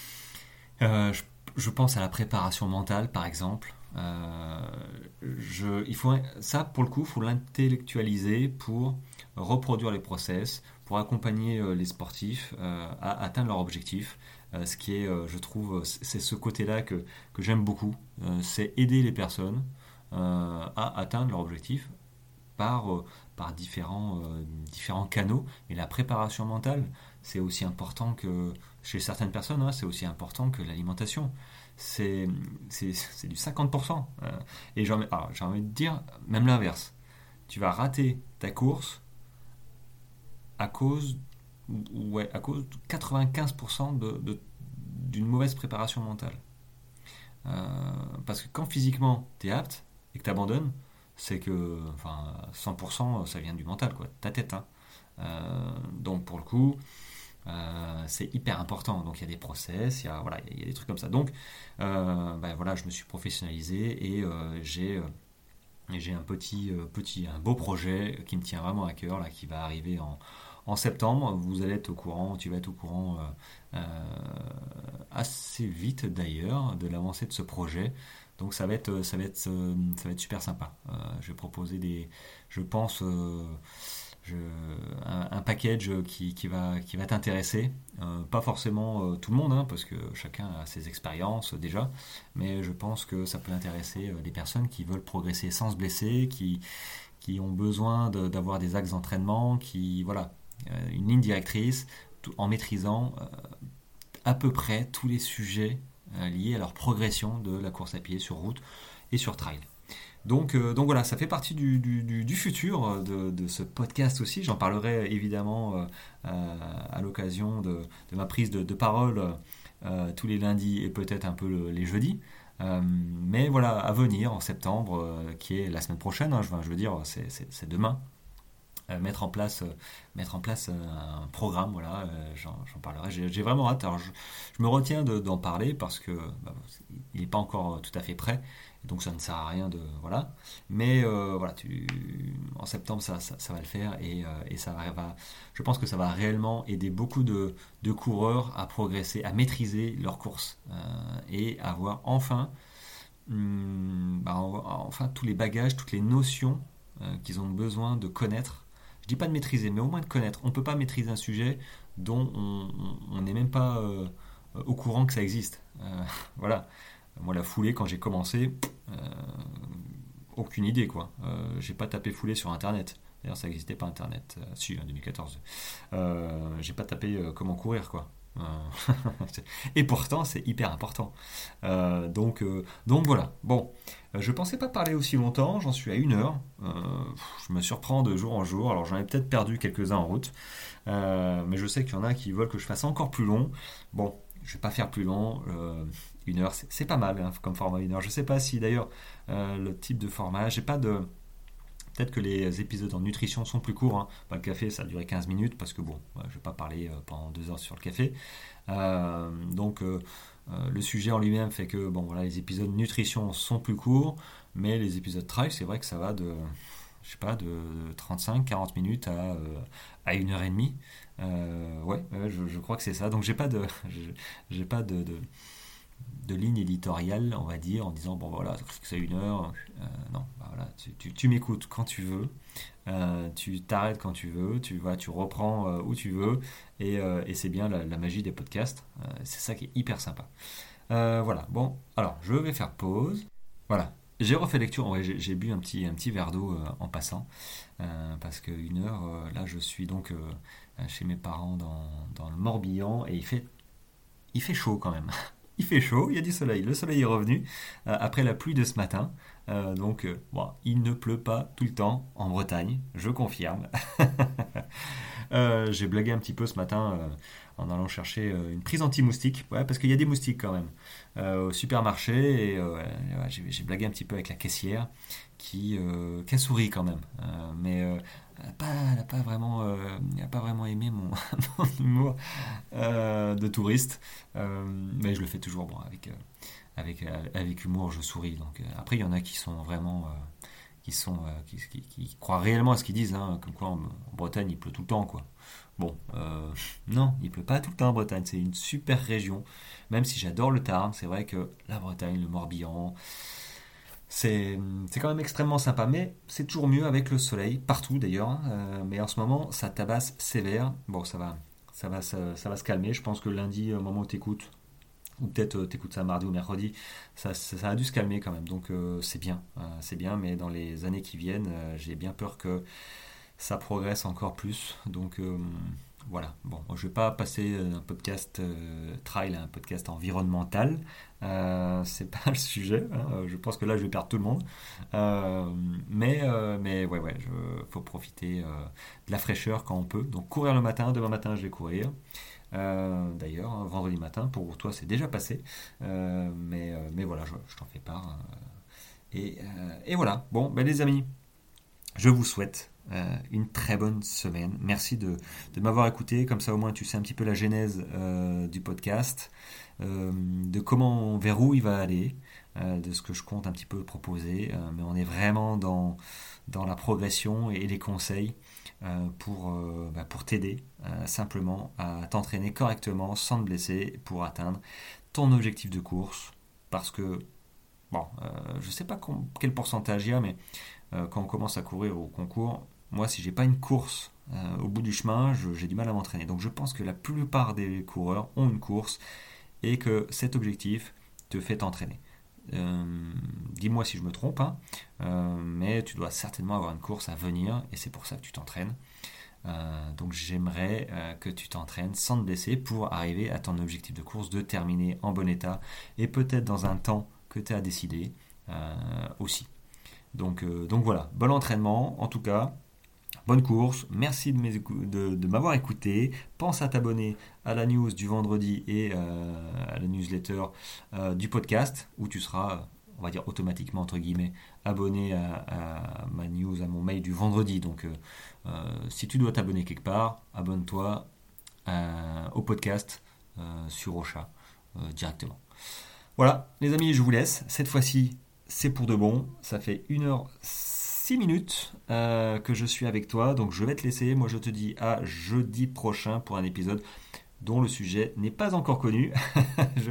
euh, je, je pense à la préparation mentale, par exemple. Euh, je, il faut, ça, pour le coup, il faut l'intellectualiser pour reproduire les process, pour accompagner euh, les sportifs euh, à atteindre leur objectif. Euh, ce qui est, euh, je trouve, c'est ce côté-là que, que j'aime beaucoup. Euh, c'est aider les personnes euh, à atteindre leur objectif par, euh, par différents, euh, différents canaux. Et la préparation mentale, c'est aussi important que, chez certaines personnes, hein, c'est aussi important que l'alimentation. C'est, c'est, c'est du cinquante pour cent. Euh, et j'ai envie, alors, j'ai envie de dire même l'inverse. Tu vas rater ta course à cause, ouais, à cause de quatre-vingt-quinze pour cent de, de, d'une mauvaise préparation mentale. Euh, parce que quand physiquement tu es apte et que tu abandonnes, c'est que enfin, cent pour cent ça vient du mental, quoi, ta tête. Hein. Euh, donc pour le coup, euh, c'est hyper important. Donc il y a des process, il y a, voilà, il y a des trucs comme ça. Donc euh, ben, voilà, je me suis professionnalisé et euh, j'ai, euh, j'ai un petit, euh, petit, un beau projet qui me tient vraiment à cœur, là, qui va arriver en, en septembre. Vous allez être au courant, tu vas être au courant euh, euh, assez vite d'ailleurs de l'avancée de ce projet. Donc ça va être, ça va être, euh, ça va être super sympa. Euh, je vais proposer des, je pense, euh, je- un, un package qui, qui va, qui va t'intéresser. Euh, pas forcément euh, tout le monde, hein, parce que chacun a ses expériences euh, déjà, mais je pense que ça peut intéresser euh, des personnes qui veulent progresser sans se blesser, qui, qui ont besoin de- d'avoir des axes d'entraînement, qui, voilà, euh, une ligne directrice, tout- en maîtrisant euh, à peu près tous les sujets euh, liés à leur progression de la course à pied sur route et sur trail. Donc, euh, donc voilà, ça fait partie du, du, du- du futur euh, de, de ce podcast aussi. J'en parlerai évidemment euh, euh, à l'occasion de, de ma prise de, de parole euh, tous les lundis et peut-être un peu le- les jeudis. Euh, mais voilà, à venir en septembre, euh, qui est la semaine prochaine, hein, je, je veux dire, c'est c'est- c'est demain. Euh, mettre en place, euh, mettre en place euh, un programme, voilà, euh, j'en j'en parlerai. J'ai j'ai vraiment hâte. Alors, je, je me retiens de- d'en parler parce que bah, il n'est pas encore tout à fait prêt, donc ça ne sert à rien de voilà. Mais euh, voilà, tu, en septembre ça, ça, ça va le faire et, euh, et ça va, va- je pense que ça va réellement aider beaucoup de, de coureurs à progresser, à maîtriser leur course euh, et avoir enfin, hum, bah, enfin tous les bagages, toutes les notions euh, qu'ils ont besoin de connaître. Je dis pas de maîtriser, mais au moins de connaître. On peut pas maîtriser un sujet dont on n'est même pas euh, au courant que ça existe. Euh, voilà. Moi, la foulée, quand j'ai commencé, euh, aucune idée, quoi. Euh, j'ai pas tapé foulée sur Internet. D'ailleurs, ça n'existait pas Internet. Euh, si, en deux mille quatorze. Euh, j'ai pas tapé euh, comment courir, quoi. Euh, Et pourtant, c'est hyper important. Euh, donc, euh, donc voilà. Bon, euh, je pensais pas parler aussi longtemps. J'en suis à une heure. Euh, je me surprends de jour en jour. Alors, j'en ai peut-être perdu quelques-uns en route. Euh, mais je sais qu'il y en a qui veulent que je fasse encore plus long. Bon, je vais pas faire plus long. Euh, une heure, c'est c'est pas mal hein, comme format une heure. Je sais pas si d'ailleurs euh, le type de format, j'ai pas de. Peut-être que les épisodes en nutrition sont plus courts. Hein. Bah, le café, ça a duré quinze minutes parce que bon, bah, je vais pas parler euh, pendant deux heures sur le café. Euh, donc euh, euh, le sujet en lui-même fait que bon voilà, les épisodes nutrition sont plus courts, mais les épisodes trail, c'est vrai que ça va de je sais pas, de trente-cinq quarante minutes à, euh, à une heure et demie. Euh, ouais, ouais, je, je crois que c'est ça. Donc j'ai pas de, j'ai pas de, de, de ligne éditoriale, on va dire, en disant bon voilà, c'est une heure. Euh, non, bah, voilà, tu, tu, tu m'écoutes quand tu veux, euh, tu t'arrêtes quand tu veux, tu vas, tu reprends euh, où tu veux, et, euh, et c'est bien la, la magie des podcasts. Euh, c'est ça qui est hyper sympa. Euh, voilà. Bon, alors je vais faire pause. Voilà. J'ai refait lecture, ouais, j'ai, j'ai bu un petit, un petit verre d'eau euh, en passant, euh, parce qu'une heure, euh, là je suis donc euh, chez mes parents dans, dans le Morbihan, et il fait, il fait chaud quand même. Il fait chaud, il y a du soleil, le soleil est revenu euh, après la pluie de ce matin, Euh, donc euh, bon, il ne pleut pas tout le temps en Bretagne, je confirme. Euh, j'ai blagué un petit peu ce matin euh, en allant chercher euh, une prise anti-moustique, ouais, parce qu'il y a des moustiques quand même, euh, au supermarché, et euh, ouais, ouais, j'ai, j'ai blagué un petit peu avec la caissière qui, euh, qui a souri quand même, Euh, mais euh, elle n'a pas, elle a pas vraiment, euh, elle a pas vraiment aimé mon, mon humour euh, de touriste, Euh, mais je le fais toujours bon, avec, euh, avec, euh, avec humour, je souris. Donc, euh, après, il y en a qui sont vraiment euh, qui, sont, euh, qui, qui, qui croient réellement à ce qu'ils disent, hein, comme quoi en, en Bretagne il pleut tout le temps, quoi. Bon, euh, non, il pleut pas tout le temps en Bretagne, c'est une super région, même si j'adore le Tarn, c'est vrai que la Bretagne, le Morbihan, c'est, c'est quand même extrêmement sympa, mais c'est toujours mieux avec le soleil, partout d'ailleurs, hein, euh, mais en ce moment ça tabasse sévère, bon ça va, ça va, ça, ça va se calmer, je pense que lundi, au moment où t'écoutes, ou peut-être euh, t'écoutes ça mardi ou mercredi, ça, ça, ça a dû se calmer quand même, donc euh, c'est bien, euh, c'est bien, mais dans les années qui viennent, euh, j'ai bien peur que ça progresse encore plus, donc euh, voilà. Bon, je vais pas passer d'un podcast euh, trail à un podcast environnemental, euh, c'est pas le sujet, hein. Je pense que là je vais perdre tout le monde, Euh, mais, euh, mais ouais, ouais, je, faut profiter euh, de la fraîcheur quand on peut, donc courir le matin, demain matin je vais courir, Euh, d'ailleurs, hein, vendredi matin, pour toi c'est déjà passé, euh, mais, euh, mais voilà, je, je t'en fais part. euh, et, euh, et voilà, bon, ben les amis, je vous souhaite euh, une très bonne semaine. Merci de, de m'avoir écouté, comme ça au moins tu sais un petit peu la genèse euh, du podcast, euh, de comment, vers où il va aller, euh, de ce que je compte un petit peu proposer, euh, mais on est vraiment dans, dans la progression et les conseils euh, pour, euh, bah, pour t'aider euh, simplement à t'entraîner correctement sans te blesser pour atteindre ton objectif de course. Parce que, bon, euh, je sais pas com- quel pourcentage il y a, mais euh, quand on commence à courir au concours, moi si j'ai pas une course euh, au bout du chemin, je- j'ai du mal à m'entraîner. Donc je pense que la plupart des coureurs ont une course et que cet objectif te fait t'entraîner. Euh, dis-moi si je me trompe, hein, euh, mais tu dois certainement avoir une course à venir et c'est pour ça que tu t'entraînes. Euh, donc j'aimerais euh, que tu t'entraînes sans te blesser pour arriver à ton objectif de course, de terminer en bon état et peut-être dans un temps que tu as décidé euh, aussi. Donc, euh, donc voilà, bon entraînement en tout cas. Bonne course, merci de, de, de m'avoir écouté. Pense à t'abonner à la news du vendredi et euh, à la newsletter euh, du podcast où tu seras, on va dire automatiquement entre guillemets, abonné à, à ma news, à mon mail du vendredi. Donc euh, euh, si tu dois t'abonner quelque part, abonne-toi euh, au podcast euh, sur Ocha euh, directement. Voilà, les amis, je vous laisse. Cette fois-ci, c'est pour de bon. Ça fait une heure six minutes euh, que je suis avec toi, donc je vais te laisser. Moi, je te dis à jeudi prochain pour un épisode dont le sujet n'est pas encore connu. Je-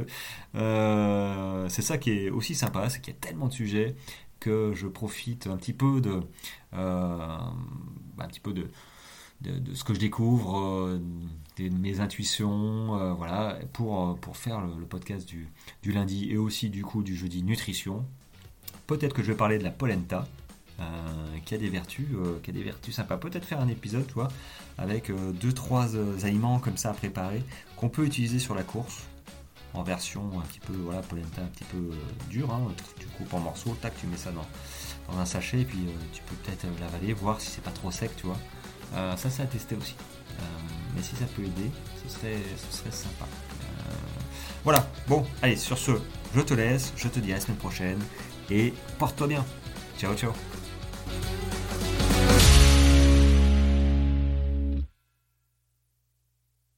euh, c'est ça qui est aussi sympa, c'est qu'il y a tellement de sujets que je profite un petit peu de, euh, un petit peu de, de, de ce que je découvre, euh, de mes intuitions, euh, voilà, pour, euh, pour faire le, le podcast du, du lundi et aussi du coup du jeudi nutrition. Peut-être que je vais parler de la polenta, euh, qui a des vertus, euh, qui a des vertus sympas. Peut-être faire un épisode, tu vois, avec euh, deux trois euh, aliments comme ça à préparer qu'on peut utiliser sur la course en version un petit peu, voilà, polenta un petit peu euh, dure. Hein. Tu coupes en morceaux, tac, tu mets ça dans, dans un sachet et puis euh, tu peux peut-être euh, l'avaler, voir si c'est pas trop sec, tu vois. Euh, ça, c'est à tester aussi. Euh, mais si ça peut aider, ce serait, ce serait sympa. Euh, voilà. Bon, allez, sur ce, je te laisse. Je te dis à la semaine prochaine et porte-toi bien. Ciao, ciao.